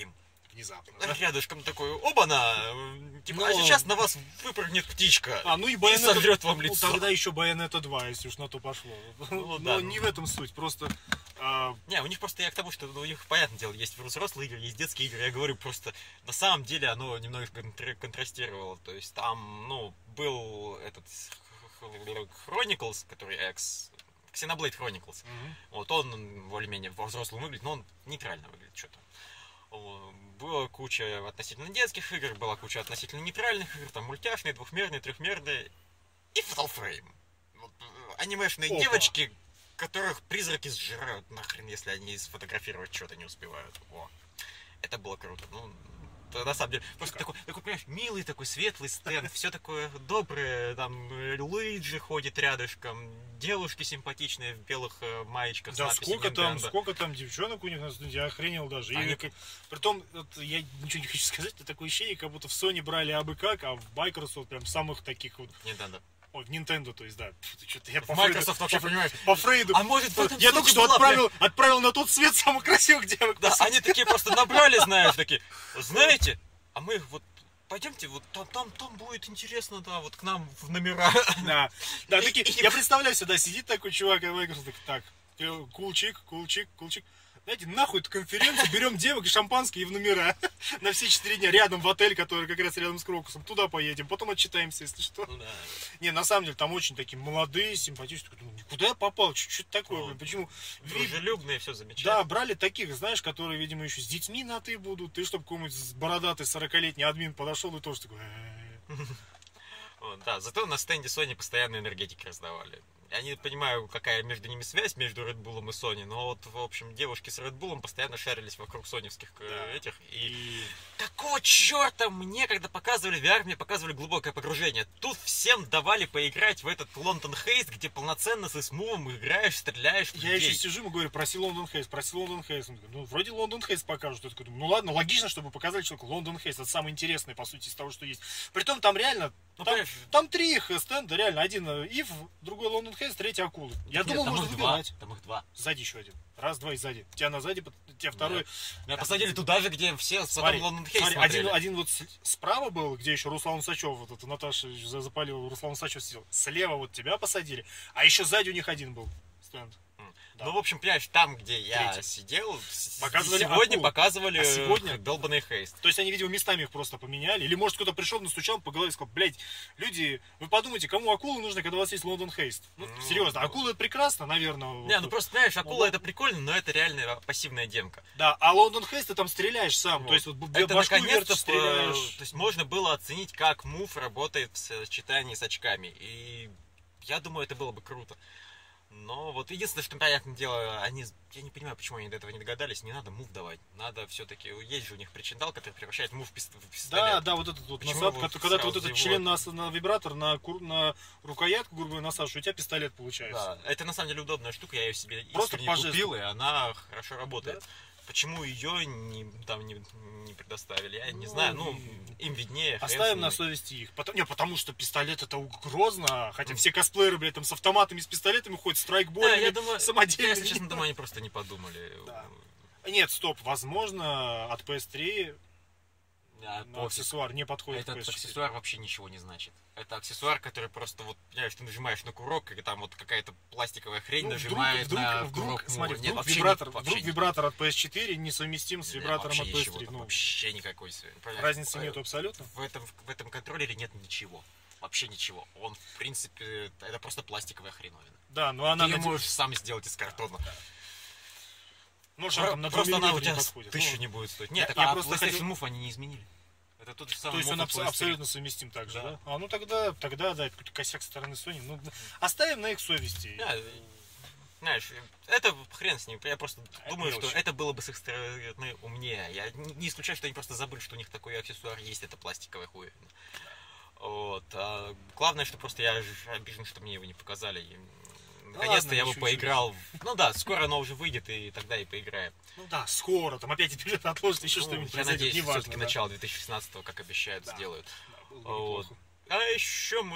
внезапно. Да? Рядышком такой, оба-на! Типа, а сейчас на вас выпрыгнет птичка. Ну и и сожрет вам лицо. Ну, тогда еще Байонета 2, если уж на то пошло. Но не в этом суть, просто... Не, у них просто я к тому, что у них, понятное дело, есть взрослые игры, есть детские игры. Я говорю, просто на самом деле оно немного контрастировало. То есть там, был этот Chronicles, который Xenoblade Chronicles. Вот он более-менее по-взрослому выглядит, но он нейтрально выглядит что-то. Была куча относительно детских игр, была куча относительно нейтральных игр, там мультяшные, двухмерные, трехмерные и Fatal Frame. Вот, анимешные девочки, которых призраки сжирают нахрен, если они сфотографировать что-то не успевают. Это было круто. На самом деле, просто такой, понимаешь, милый такой, светлый стенд, все такое доброе, там, Луиджи ходит рядышком, девушки симпатичные в белых маечках. Да, сколько там девчонок у них на студии, я охренел даже. Притом, я ничего не хочу сказать, это такое ощущение, как будто в Sony брали абы как, а в Microsoft прям самых таких вот... Nintendo. Ой, в Nintendo, то есть, да. Что-то я в Microsoft вообще, понимаешь? По Фрейду. А может, я только что отправил на тот свет самых красивых девок. Да, они такие просто набрали, знаешь, такие, знаете, а мы вот пойдемте, вот там будет интересно, да, вот к нам в номера. Да, такие, я представляю себе, да, сидит такой чувак, а Microsoft так, кулчик. Знаете, нахуй эту конференцию, берем девок и шампанское и в номера. На все 4 дня рядом в отель, который как раз рядом с Крокусом. Туда поедем, потом отчитаемся, если что. Не, на самом деле, там очень такие молодые, симпатичные. Куда я попал? Что это такое? Почему? Дружелюбные, все замечательно. Да, брали таких, знаешь, которые, видимо, еще с детьми на ты будут. Ты, чтобы какой-нибудь бородатый 40-летний админ подошел и тоже такой... Да, зато на стенде Sony постоянно энергетики раздавали. Я не понимаю, какая между ними связь, между Red Bull и Sony, но вот, в общем, девушки с Red Bull постоянно шарились вокруг соневских этих. И какого черта мне, когда показывали VR, мне показывали глубокое погружение. Тут всем давали поиграть в этот London Heist, где полноценно ты с мувом играешь, стреляешь в людей. Я еще сижу и говорю, проси London Heist. Ну, вроде London Heist покажут. Я такой думаю, ну ладно, логично, чтобы показали человеку London Heist. Это самое интересное, по сути, из того, что есть. Притом там реально, там 3 их стенда, реально. Один Ив, другой London Heist, третий Акулы. Я думал, можно выбирать. Там их 2. Сзади еще один. Раз, два и сзади. Тебя на сзади, тебя второй. Меня посадили туда же, где все потом London Heist смотрели. Один вот справа был, где еще Руслан Усачев, вот это Наташа запалила, Руслан Усачев сидел. Слева вот тебя посадили, а еще сзади у них один был стенд. Да. Ну, в общем, понимаешь, там, где я сидел, показывали сегодня акулу. показывали сегодня долбанный Хейст. То есть они, видимо, местами их просто поменяли. Или, может, кто-то пришел, настучал по голове и сказал, блядь, люди, вы подумайте, кому акулы нужны, когда у вас есть Лондон Хейст? Серьезно, акулы это прекрасно, наверное. Не, ну просто, знаешь, акула это прикольно, но это реально пассивная демка. Да, а Лондон Хейст ты там стреляешь сам. То есть вот это башку наконец-то стреляешь. То есть можно было оценить, как мув работает в сочетании с очками. И я думаю, это было бы круто. Но вот единственное, что, понятное дело, я не понимаю, почему они до этого не догадались, не надо мув давать. Надо все-таки, есть же у них причиндал, который превращает мув в пистолет. Да, вот этот вот насадка, когда ты вот этот член на вибратор, на рукоятку, грубо говоря, насаживаешь, у тебя пистолет получается. Да, это на самом деле удобная штука, я ее себе просто купил, и она хорошо работает. Да? Почему ее не предоставили, я не знаю, им виднее. Оставим на совести их. Потому что пистолет это грозно, хотя все косплееры, блядь, там с автоматами, с пистолетами ходят, страйкбольными, самодельными. Я, честно думаю, они просто не подумали. Да. Нет, стоп, возможно, от PS3 аксессуар не подходит. Этот аксессуар вообще ничего не значит. Это аксессуар, который просто, вот, понимаешь, ты нажимаешь на курок, и там вот какая-то пластиковая хрень нажимает на курок. Смотри, вдруг вибратор от PS4 несовместим с вибратором от PS3. Вообще никакой разницы нету абсолютно. В этом контроллере нет ничего. Вообще ничего. Он, в принципе, это просто пластиковая хреновина. Да, но она... Ты можешь сам сделать из картона. Да. Может, там на просто она у тебя 1000 не будет стоить. Нет, а PlayStation Move они не изменили. Это тот же самый. То есть он абсолютно совместим также, да? А ну тогда, да, это какой-то косяк со стороны Sony. Ну, оставим на их совести. Знаешь, это хрен с ним. Я просто думаю, что это было бы с их стороны умнее. Я не исключаю, что они просто забыли, что у них такой аксессуар есть, это пластиковая хуевина. Вот. А главное, что просто я обижен, что мне его не показали. Наконец-то я бы поиграл. Ну да, скоро оно уже выйдет, и тогда и поиграем. Ну да, скоро, там опять бюджет отложится, еще что-нибудь. Я надеюсь, что все-таки начало 2016-го, как обещают, сделают. Вот. А еще мы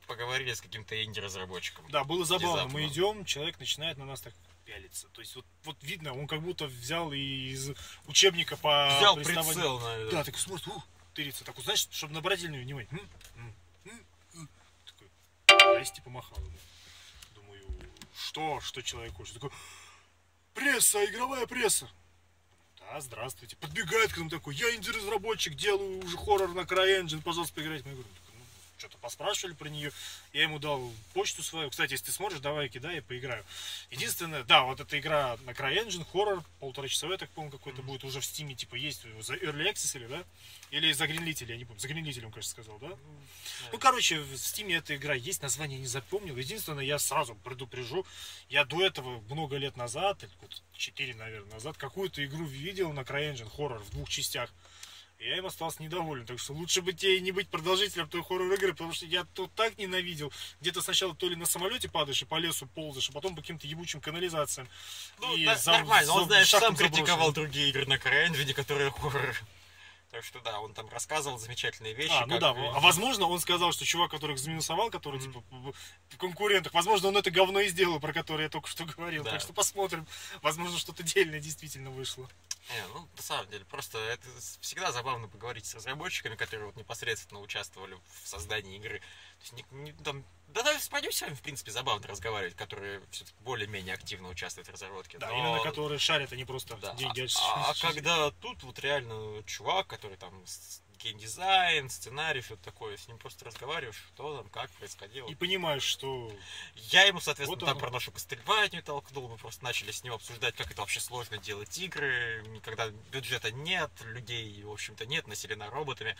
поговорили с каким-то инди-разработчиком. Да, было забавно. Внезапно. Мы идем, человек начинает на нас так пялиться. То есть вот видно, он как будто взял из учебника по Взял приставанию. прицел, наверное. Да, так смотрит, тырится. Так, вот, знаешь, чтобы набрать на него внимание. Такой, здрасте, помахал ему. Думаю, что человек хочет? Такой, пресса, игровая пресса. Да, здравствуйте. Подбегает к нам такой, я инди-разработчик, делаю уже хоррор на CryEngine, пожалуйста, поиграйте. Я говорю, что-то поспрашивали про нее. Я ему дал почту свою. Кстати, если ты сможешь, давай кидай, я поиграю. Единственное, да, вот эта игра на CryEngine, хоррор, 1,5-часовой, я так помню, какой-то будет уже в Стиме, типа, есть за Early Access или, да? Или за Greenlit, я не помню. За Greenlit он, конечно, сказал, да? Ну, короче, в Стиме эта игра есть, название не запомнил. Единственное, я сразу предупрежу, я до этого много лет назад, 4, наверное, назад, какую-то игру видел на CryEngine, хоррор в 2 частях. Я им остался недоволен, так что лучше бы тебе не быть продолжителем той хоррор-игры, потому что я тут так ненавидел. Где-то сначала то ли на самолете падаешь и по лесу ползаешь, а потом по каким-то ебучим канализациям. Ну, нормально, он, знаешь, сам критиковал заброшенным. другие игры на CryEngine, которые хоррор. Так что да, он там рассказывал замечательные вещи. Ну да, а возможно, он сказал, что чувак, который заминусовал, который типа в конкурентах, возможно, он это говно и сделал, про которое я только что говорил. Да. Так что посмотрим. Возможно, что-то дельное действительно вышло. Ну, на самом деле, просто это всегда забавно поговорить с разработчиками, которые вот непосредственно участвовали в создании игры. То есть, да даже с продюсерами, в принципе, забавно разговаривать, которые все-таки более-менее активно участвуют в разработке. Да, но... именно которые шарят, а не просто Да. деньги. Когда тут вот реально чувак, который там геймдизайн, сценарий, что-то такое, с ним просто разговариваешь, что там, как происходило. И понимаешь, что... Я ему, соответственно, Вот там оно. про нашу кострельванию толкнул, мы просто начали с ним обсуждать, как это вообще сложно делать игры, когда бюджета нет, людей, в общем-то, нет, населена роботами.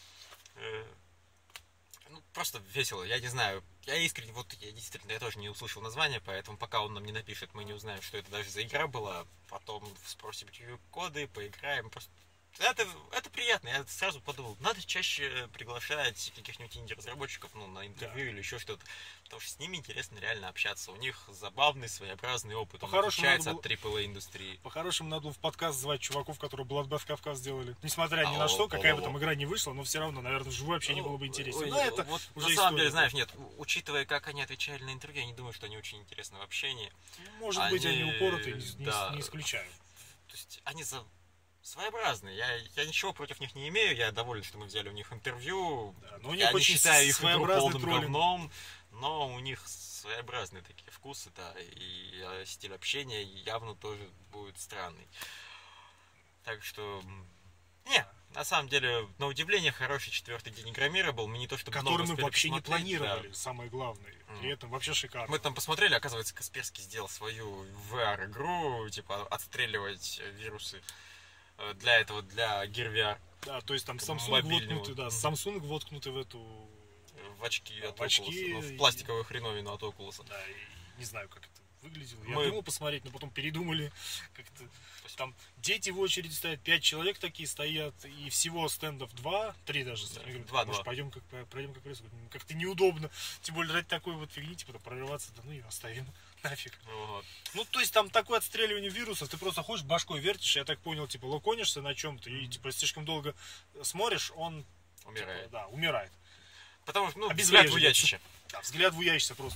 Ну, просто весело, я не знаю, я искренне, я тоже не услышал название, поэтому пока он нам не напишет, мы не узнаем, что это даже за игра была, потом спросим коды, поиграем, просто... Это приятно, я сразу подумал, надо чаще приглашать каких-нибудь инди-разработчиков, на интервью или еще что-то, потому что с ними интересно реально общаться, у них забавный, своеобразный опыт, он отличается от AAA индустрии. По-хорошему, надо было в подкаст звать чуваков, которые Bloodbath Кавказ сделали. Несмотря ни на что, какая бы там игра не вышла, но все равно, наверное, вживую вообще не было бы интересно. Но это вот уже на самом деле, история. знаешь, нет, учитывая, как они отвечали на интервью, я не думаю, что они очень интересны в общении. Может быть, они упоротые, не исключаю. То есть они своеобразные. Я ничего против них не имею. Я доволен, что мы взяли у них интервью. Да, но у них я не очень считаю их игру своеобразный полным троллинг. говном, но у них своеобразные такие вкусы, да, и стиль общения явно тоже будет странный. Так что... Не, на самом деле, на удивление, хороший 4-й день Игромира был. Мы не то чтобы Который мы успели вообще не посмотреть, планировали, да. самое главное. При этом вообще шикарно. Мы там посмотрели, оказывается, Касперский сделал свою VR-игру, типа отстреливать вирусы для Gear VR. Да, то есть там Samsung мобильного. воткнутый, да, Samsung воткнутый в эту... В очки от в очки Oculus, в пластиковую хреновину от Oculus. Да, и не знаю, как это выглядело. Я Мы- думал посмотреть, но потом передумали. Как-то там дети в очереди стоят, 5 человек такие стоят, и всего стендов 2, 3 даже. Да, Я говорю, 2. может, пройдем как пресс. Как-то неудобно. Тем более ради такой вот фигни, типа, прорываться, да ну и оставим. Нафиг. Вот. Ну, то есть там такое отстреливание вирусов, ты просто ходишь, башкой вертишь, я так понял, типа, локонишься на чем-то, и, типа, слишком долго смотришь, он, Умирает. типа, да, умирает. Потому что, взгляд Обезвреживается. вуячище. Да, взгляд вуячится просто.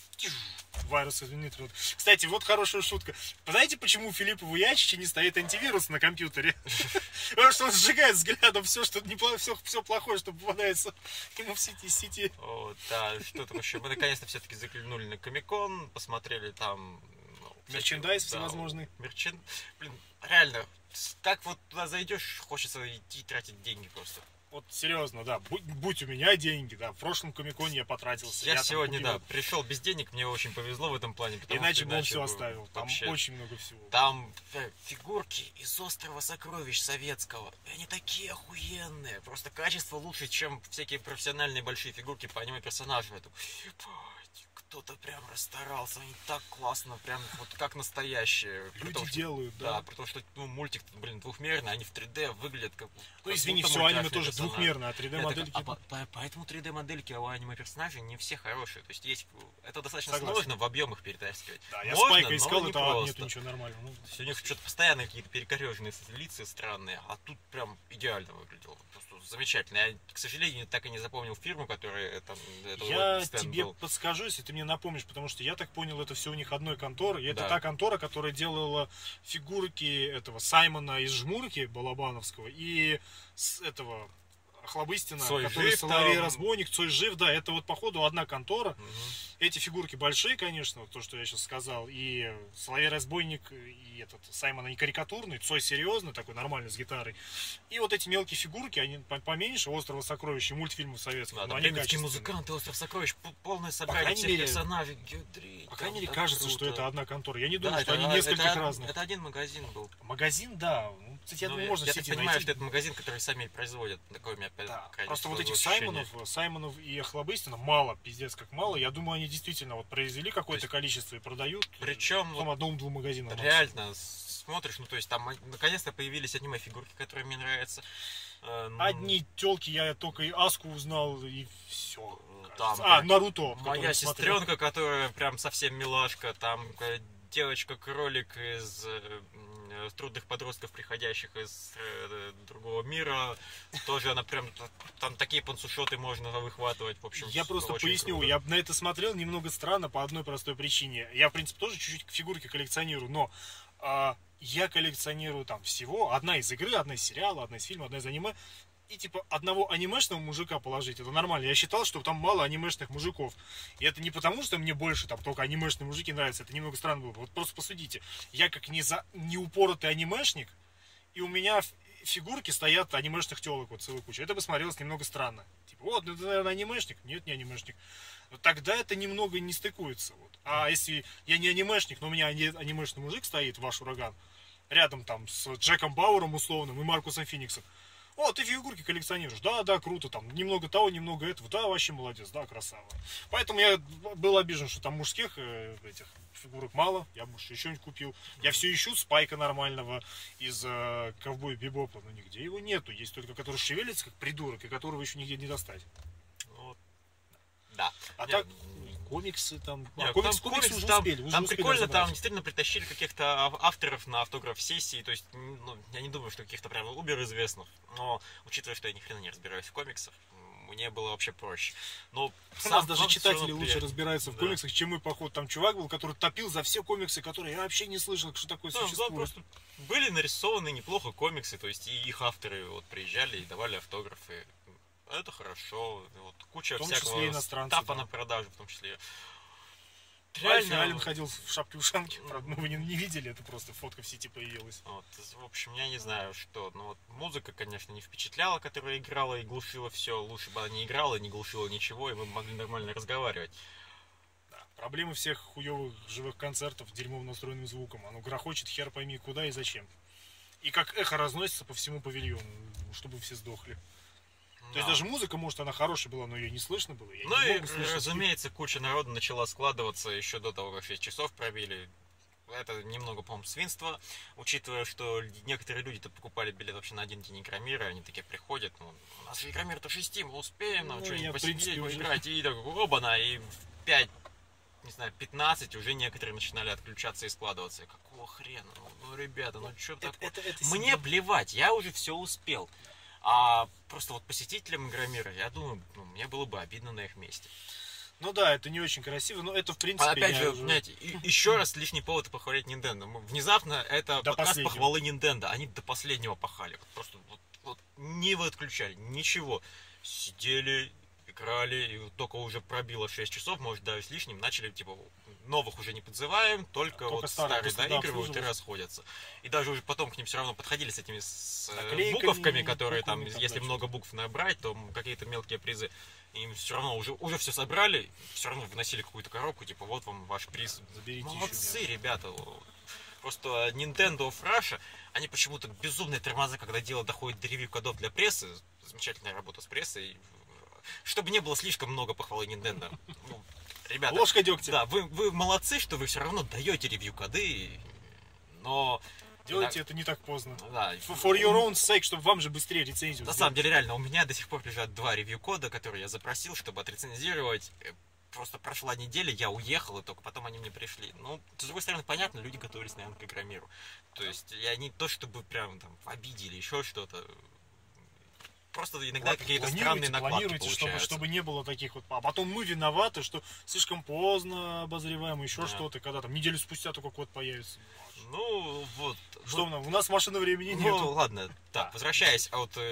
Вирус извините. Вот. Кстати, вот хорошая шутка. Знаете, почему у Филиппа Вуячича не стоит антивирус на компьютере? Потому что он сжигает взглядом все, что все плохое, что попадается ему в сети. Вот, да, что там еще? Мы наконец-то все-таки заглянули на Комик-кон, посмотрели там... Мерчендайз да, всевозможный. Блин, реально, как вот туда зайдешь, хочется идти тратить деньги просто. Вот серьезно, да, будь у меня деньги, да, в прошлом Комиконе я потратился. Я там сегодня, купил. да, пришел без денег, мне очень повезло в этом плане, потому Иначе что бы он все бы оставил. Там вообще- очень много всего. Там фигурки из острова сокровищ советского. И они такие охуенные. Просто качество лучше, чем всякие профессиональные большие фигурки по аниме-персонажам. Это, ебать, кто-то прям расстарался. Они так классно, прям вот как настоящие. При Люди том, что- делают, Да, да. потому что мультик, двухмерный, они в 3D выглядят как... Ну, как извини, будто все аниме мультяшные тоже персонажи. двухмерно, а 3D Нет, модельки... поэтому 3D-модельки у аниме-персонажей не все хорошие. То есть это достаточно Согласен. сложно в объемах перетаскивать. Да, я Можно, Спайка но искал, не это просто. нету ничего нормального. Ну, То есть у них что-то постоянно какие-то перекореженные лица странные, а тут прям идеально выглядело. Просто замечательно. Я, к сожалению, так и не запомнил фирму, которая там... Я тебе подскажу, если ты мне напомнишь, потому что я так понял, это все у них одной конторы. И это та контора, которая делала фигурки этого Саймона из Жмурки Балабановского и с этого Охлобыстина, Цой который жив, Соловей там... Разбойник, Цой жив, да, это вот походу одна контора. Эти фигурки большие, конечно, вот то, что я сейчас сказал, и Соловей Разбойник, и этот Саймон, они карикатурные, Цой серьезный, такой нормальный, с гиторой. И вот эти мелкие фигурки, они поменьше, Острова сокровищ и мультфильмов советских, да, но они качественные. Музыканты, Остров сокровищ, полное собрание по всех персонажей. По крайней мере, кажется, круто. что это одна контора. Я не думаю, да, что они нескольких разных. Это один магазин был. Магазин, да. Кстати, я думаю, можно я в сети так понимаю, найти. что это магазин, который сами производят. Такой у меня опять просто вот этих Саймонов и Охлобыстина мало, пиздец как мало. Я думаю, они действительно вот произвели какое-то количество и продают. Причем в одном-двум магазинах. Реально смотришь, ну то есть там наконец-то появились аниме-фигурки, которые мне нравятся. Одни тёлки, я только и Аску узнал, и все. Там, Наруто. Моя сестренка, которая прям совсем милашка, там девочка-кролик из трудных подростков, приходящих из другого мира. Тоже она прям, там такие пансушоты можно выхватывать. В общем, я просто поясню, круто. Я на это смотрел немного странно по одной простой причине. Я, в принципе, тоже чуть-чуть фигурки коллекционирую, но я коллекционирую там всего. Одна из игры, одна из сериала, одна из фильма, одна из аниме. И типа одного анимешного мужика положить, это нормально. Я считал, что там мало анимешных мужиков. И это не потому, что мне больше там только анимешные мужики нравятся. Это немного странно было. Вот просто посудите. Я как не упоротый анимешник, и у меня фигурки стоят анимешных телок, вот целая куча. Это бы смотрелось немного странно. Типа, вот, ну, ты, наверное, анимешник? Нет, не анимешник. Но тогда это немного не стыкуется. Вот. А если я не анимешник, но у меня анимешный мужик стоит, ваш ураган, рядом там с Джеком Бауэром условным и Маркусом Фениксом. О, ты фигурки коллекционируешь. Да, круто, там, немного того, немного этого. Да, вообще молодец, да, красава. Поэтому я был обижен, что там мужских этих фигурок мало. Я бы еще что-нибудь купил. Я все ищу Спайка нормального из Ковбоя Бибопа, но нигде его нету. Есть только, который шевелится, как придурок, и которого еще нигде не достать. Вот. Да. А так, комиксы там... комиксы уже успели. Там прикольно, там действительно притащили каких-то авторов на автограф-сессии. То есть, ну, я не думаю, что каких-то прям убер известных. Но, учитывая, что я ни хрена не разбираюсь в комиксах, мне было вообще проще. Но у нас даже читатели лучше разбираются в комиксах, чем мы, походу. Там чувак был, который топил за все комиксы, которые я вообще не слышал, что такое существует. Да, просто были нарисованы неплохо комиксы, то есть и их авторы вот приезжали и давали автографы. Это хорошо. Вот, куча всякого стафа на продажу, в том числе. Реально, Ален ходил в шапке-ушанке, правда, мы его не видели, это просто фотка в сети появилась. Вот, в общем, я не знаю, что. Ну вот музыка, конечно, не впечатляла, которая играла и глушила все. Лучше бы она не играла, не глушила ничего, и мы могли нормально разговаривать. Да, проблемы всех хуевых живых концертов дерьмово настроенным звуком. Оно грохочет хер пойми куда и зачем. И как эхо разносится по всему павильону, чтобы все сдохли. То есть даже музыка, может, она хорошая была, но ее не слышно было. Ну и, разумеется, куча народа начала складываться еще до того, как 6 часов пробили. Это немного, по-моему, свинство, учитывая, что некоторые люди-то покупали билет вообще на один день Игромира, они такие приходят, ну, у нас Игромир-то в 6, мы успеем, нам что-нибудь посидеть, поиграть, и так, оба-на, и в 5, не знаю, 15 уже некоторые начинали отключаться и складываться. Какого хрена? Ну ребята, ну что такое? Мне плевать, я уже все успел. А просто вот посетителям Игромира, я думаю, ну, мне было бы обидно на их месте. Ну да, это не очень красиво, но это в принципе... Опять же, знаете, еще раз лишний повод похвалить Nintendo. Внезапно это подкаст похвалы Nintendo. Они до последнего пахали. Просто вот не отключали, ничего. Сидели, играли, и только уже пробило 6 часов, может даже с лишним, начали, типа, новых уже не подзываем, только вот старые доигрывают и расходятся. И даже уже потом к ним все равно подходили с этими буковками, которые там, если много букв набрать, то какие-то мелкие призы. Им все равно уже все собрали, все равно выносили какую-то коробку, типа, вот вам ваш приз. Заберите. Молодцы, ребята. Просто Nintendo of Russia, они почему-то безумные тормоза, когда дело доходит до ревью-кодов для прессы. Замечательная работа с прессой. Чтобы не было слишком много похвалы Nintendo. Ну, ребята, ложка дегтя. Да, вы молодцы, что вы все равно даете ревью-коды, но... Делайте это не так поздно. Да. For your own sake, чтобы вам же быстрее рецензию На самом деле, реально, у меня до сих пор лежат 2 ревью-кода, которые я запросил, чтобы отрецензировать. Просто прошла неделя, я уехал, и только потом они мне пришли. Ну, с другой стороны, понятно, люди готовились, наверное, к Игромиру. То есть, я не то, чтобы прям там в обиде или еще что-то. просто иногда какие-то странные накладки планируйте, получаются. чтобы не было таких вот... А потом мы виноваты, что слишком поздно обозреваем, еще что-то, когда там неделю спустя только код появится. Ну, вот. Что у нас машины времени Ну, нету. ладно. Так, возвращаясь, а вот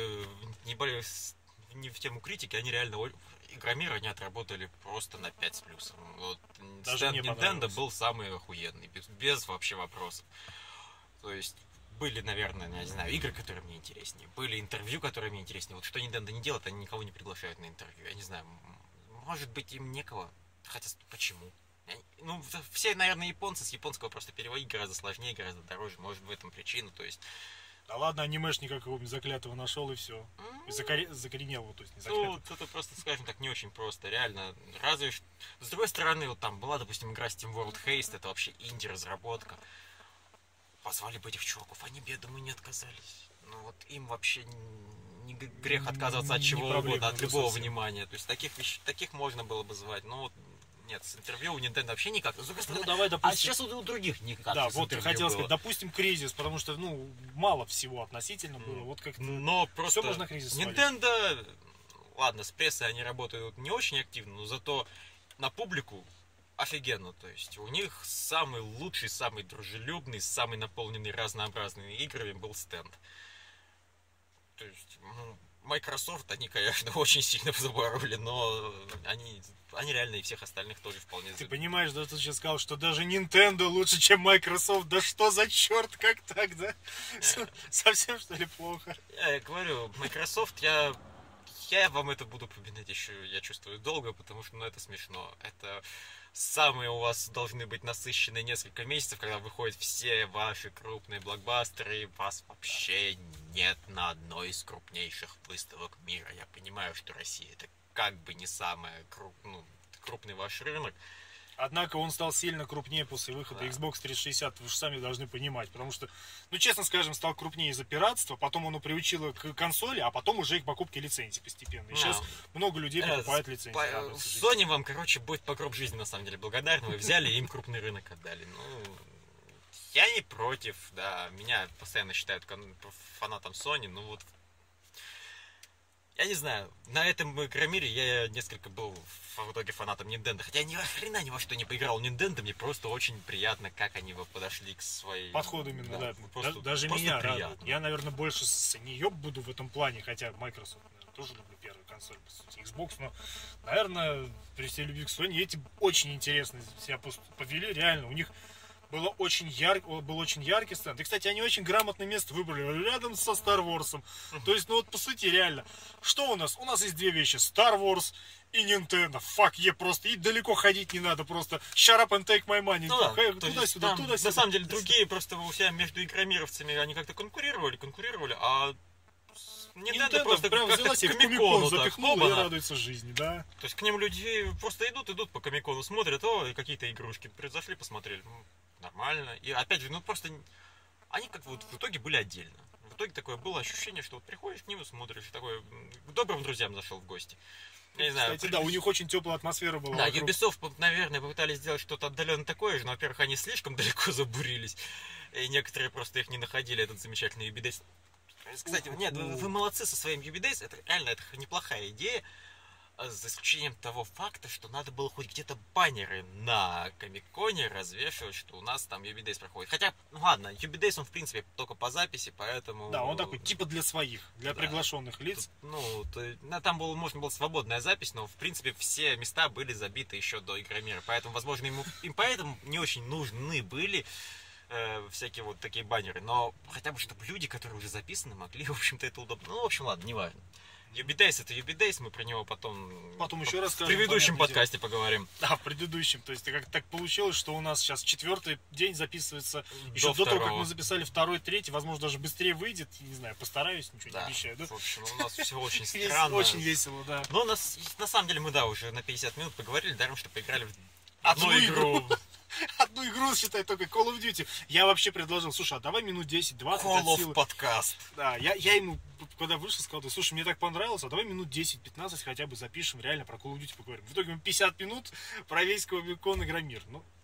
не в тему критики, они реально... Игромир они отработали просто на 5 с плюсом. Вот, Даже стенд мне Nintendo понравилось. был самый охуенный, без вообще вопросов. То есть, были, наверное, я не знаю, игры, которые мне интереснее. Были интервью, которые мне интереснее. Вот что Nintendo не делает, они никого не приглашают на интервью. Я не знаю, может быть, им некого. Хотя, почему? Ну, все, наверное, японцы с японского просто переводить гораздо сложнее, гораздо дороже. Может, в этом причина, то есть... Да ладно, анимешника какого-нибудь заклятого нашел и все. Закоренелого, то есть не заклятого. Ну, это просто, скажем так, не очень просто, реально. Разве ж... С другой стороны, вот там была, допустим, игра Steam World Haste, это вообще инди-разработка. Позвали бы этих чуваков, они бы, я думаю, не отказались. Ну вот им вообще не грех отказываться от чего угодно, от любого внимания. То есть таких можно было бы звать, но вот нет, с интервью у Nintendo вообще никак. Ну, давай, допустим... А сейчас у других никак. Да, вот я хотел сказать, допустим, кризис, потому что, ну, мало всего относительно было. Вот как-то но просто все можно кризис свалить. Nintendo, ладно, с прессой они работают не очень активно, но зато на публику офигенно. То есть у них самый лучший, самый дружелюбный, самый наполненный разнообразными играми был стенд. То есть, ну, Microsoft, они, конечно, очень сильно забороли, но они реально и всех остальных тоже вполне... Ты понимаешь, да, ты сейчас сказал, что даже Nintendo лучше, чем Microsoft. Да что за черт, как так, да? Совсем, что ли, плохо? Я говорю, Microsoft, я вам это буду поминать еще, я чувствую, долго, потому что, ну, это смешно. Это самые у вас должны быть насыщенные несколько месяцев, когда выходят все ваши крупные блокбастеры, и вас вообще нет на одной из крупнейших выставок мира. Я понимаю, что Россия это как бы не самый крупный ваш рынок. Однако он стал сильно крупнее после выхода Xbox 360, вы же сами должны понимать, потому что, ну, честно скажем, стал крупнее из-за пиратства, потом оно приучило к консоли, а потом уже и к покупке лицензий постепенно. И сейчас много людей покупают лицензии. Sony вам, короче, будет по гроб жизни, на самом деле, благодарны. Вы взяли и им крупный рынок отдали. Ну, я не против, да, меня постоянно считают фанатом Sony, но вот я не знаю, на этом Игромире я несколько был в итоге фанатом Nintendo. Хотя я ни хрена ни во что не поиграл в Nintendo, мне просто очень приятно, как они подошли к своей... Подход именно, да. Просто, даже просто меня приятно. радует. Я, наверное, больше с нее буду в этом плане, хотя Microsoft, наверное, тоже люблю первую консоль, по сути, Xbox, но, наверное, при всей любви к Sony эти очень интересно себя повели, реально, у них был очень яркий стенд. И, кстати, они очень грамотное место выбрали рядом со Star Wars. То есть, ну вот по сути, реально, что у нас? У нас есть две вещи: Star Wars и Nintendo. Просто и далеко ходить не надо, просто shut up and take my money. Ну, да, туда-сюда, туда-сюда. На самом деле, другие просто у себя между игромировцами, они как-то конкурировали, а Nintendo просто прям взяла себе в Комик-кон, запихнула и радуется жизни, да. То есть к ним люди просто идут по Комик-кону, смотрят, и какие-то игрушки произошли, посмотрели, нормально. И опять же, просто они как вот в итоге были отдельно. В итоге такое было ощущение, что вот приходишь к ним и смотришь, и такой к добрым друзьям зашел в гости. Я не знаю. Кстати, да, у них очень теплая атмосфера была. Да, Ubisoft, наверное, попытались сделать что-то отдаленно такое же, но, во-первых, они слишком далеко забурились, и некоторые просто их не находили, этот замечательный Ubidays. Кстати, нет, вы молодцы со своим Ubidays, это реально это неплохая идея, за исключением того факта, что надо было хоть где-то баннеры на Комик-коне развешивать, что у нас там Ubidays проходит. Хотя, ну ладно, Ubidays он в принципе только по записи, поэтому... Да, он такой типа для своих, для приглашенных лиц. Там можно было свободная запись, но в принципе все места были забиты еще до Игромира, поэтому, возможно, им поэтому не очень нужны были всякие вот такие баннеры, но хотя бы чтобы люди, которые уже записаны, могли, в общем-то, это удобно. Ну, в общем, ладно, неважно. Ubidays это Ubidays, мы про него потом еще расскажем. В предыдущем подкасте поговорим. Да, в предыдущем. То есть как так получилось, что у нас сейчас 4-й день записывается еще до того, как мы записали 2-й, 3-й, возможно, даже быстрее выйдет. Не знаю, постараюсь, ничего не обещаю. Да? В общем, у нас все очень странно. Очень весело, да. Но на самом деле мы, уже на 50 минут поговорили, даром, что поиграли в одну игру. Одну игру, считай, только Call of Duty. Я вообще предложил, слушай, а давай минут 10-20 Call of подкаст. Да, я ему, когда вышел, сказал, да, слушай, мне так понравилось, а давай минут 10-15 хотя бы запишем, реально про Call of Duty поговорим. В итоге мы 50 минут про весь Комик-кон Игромир. Ну,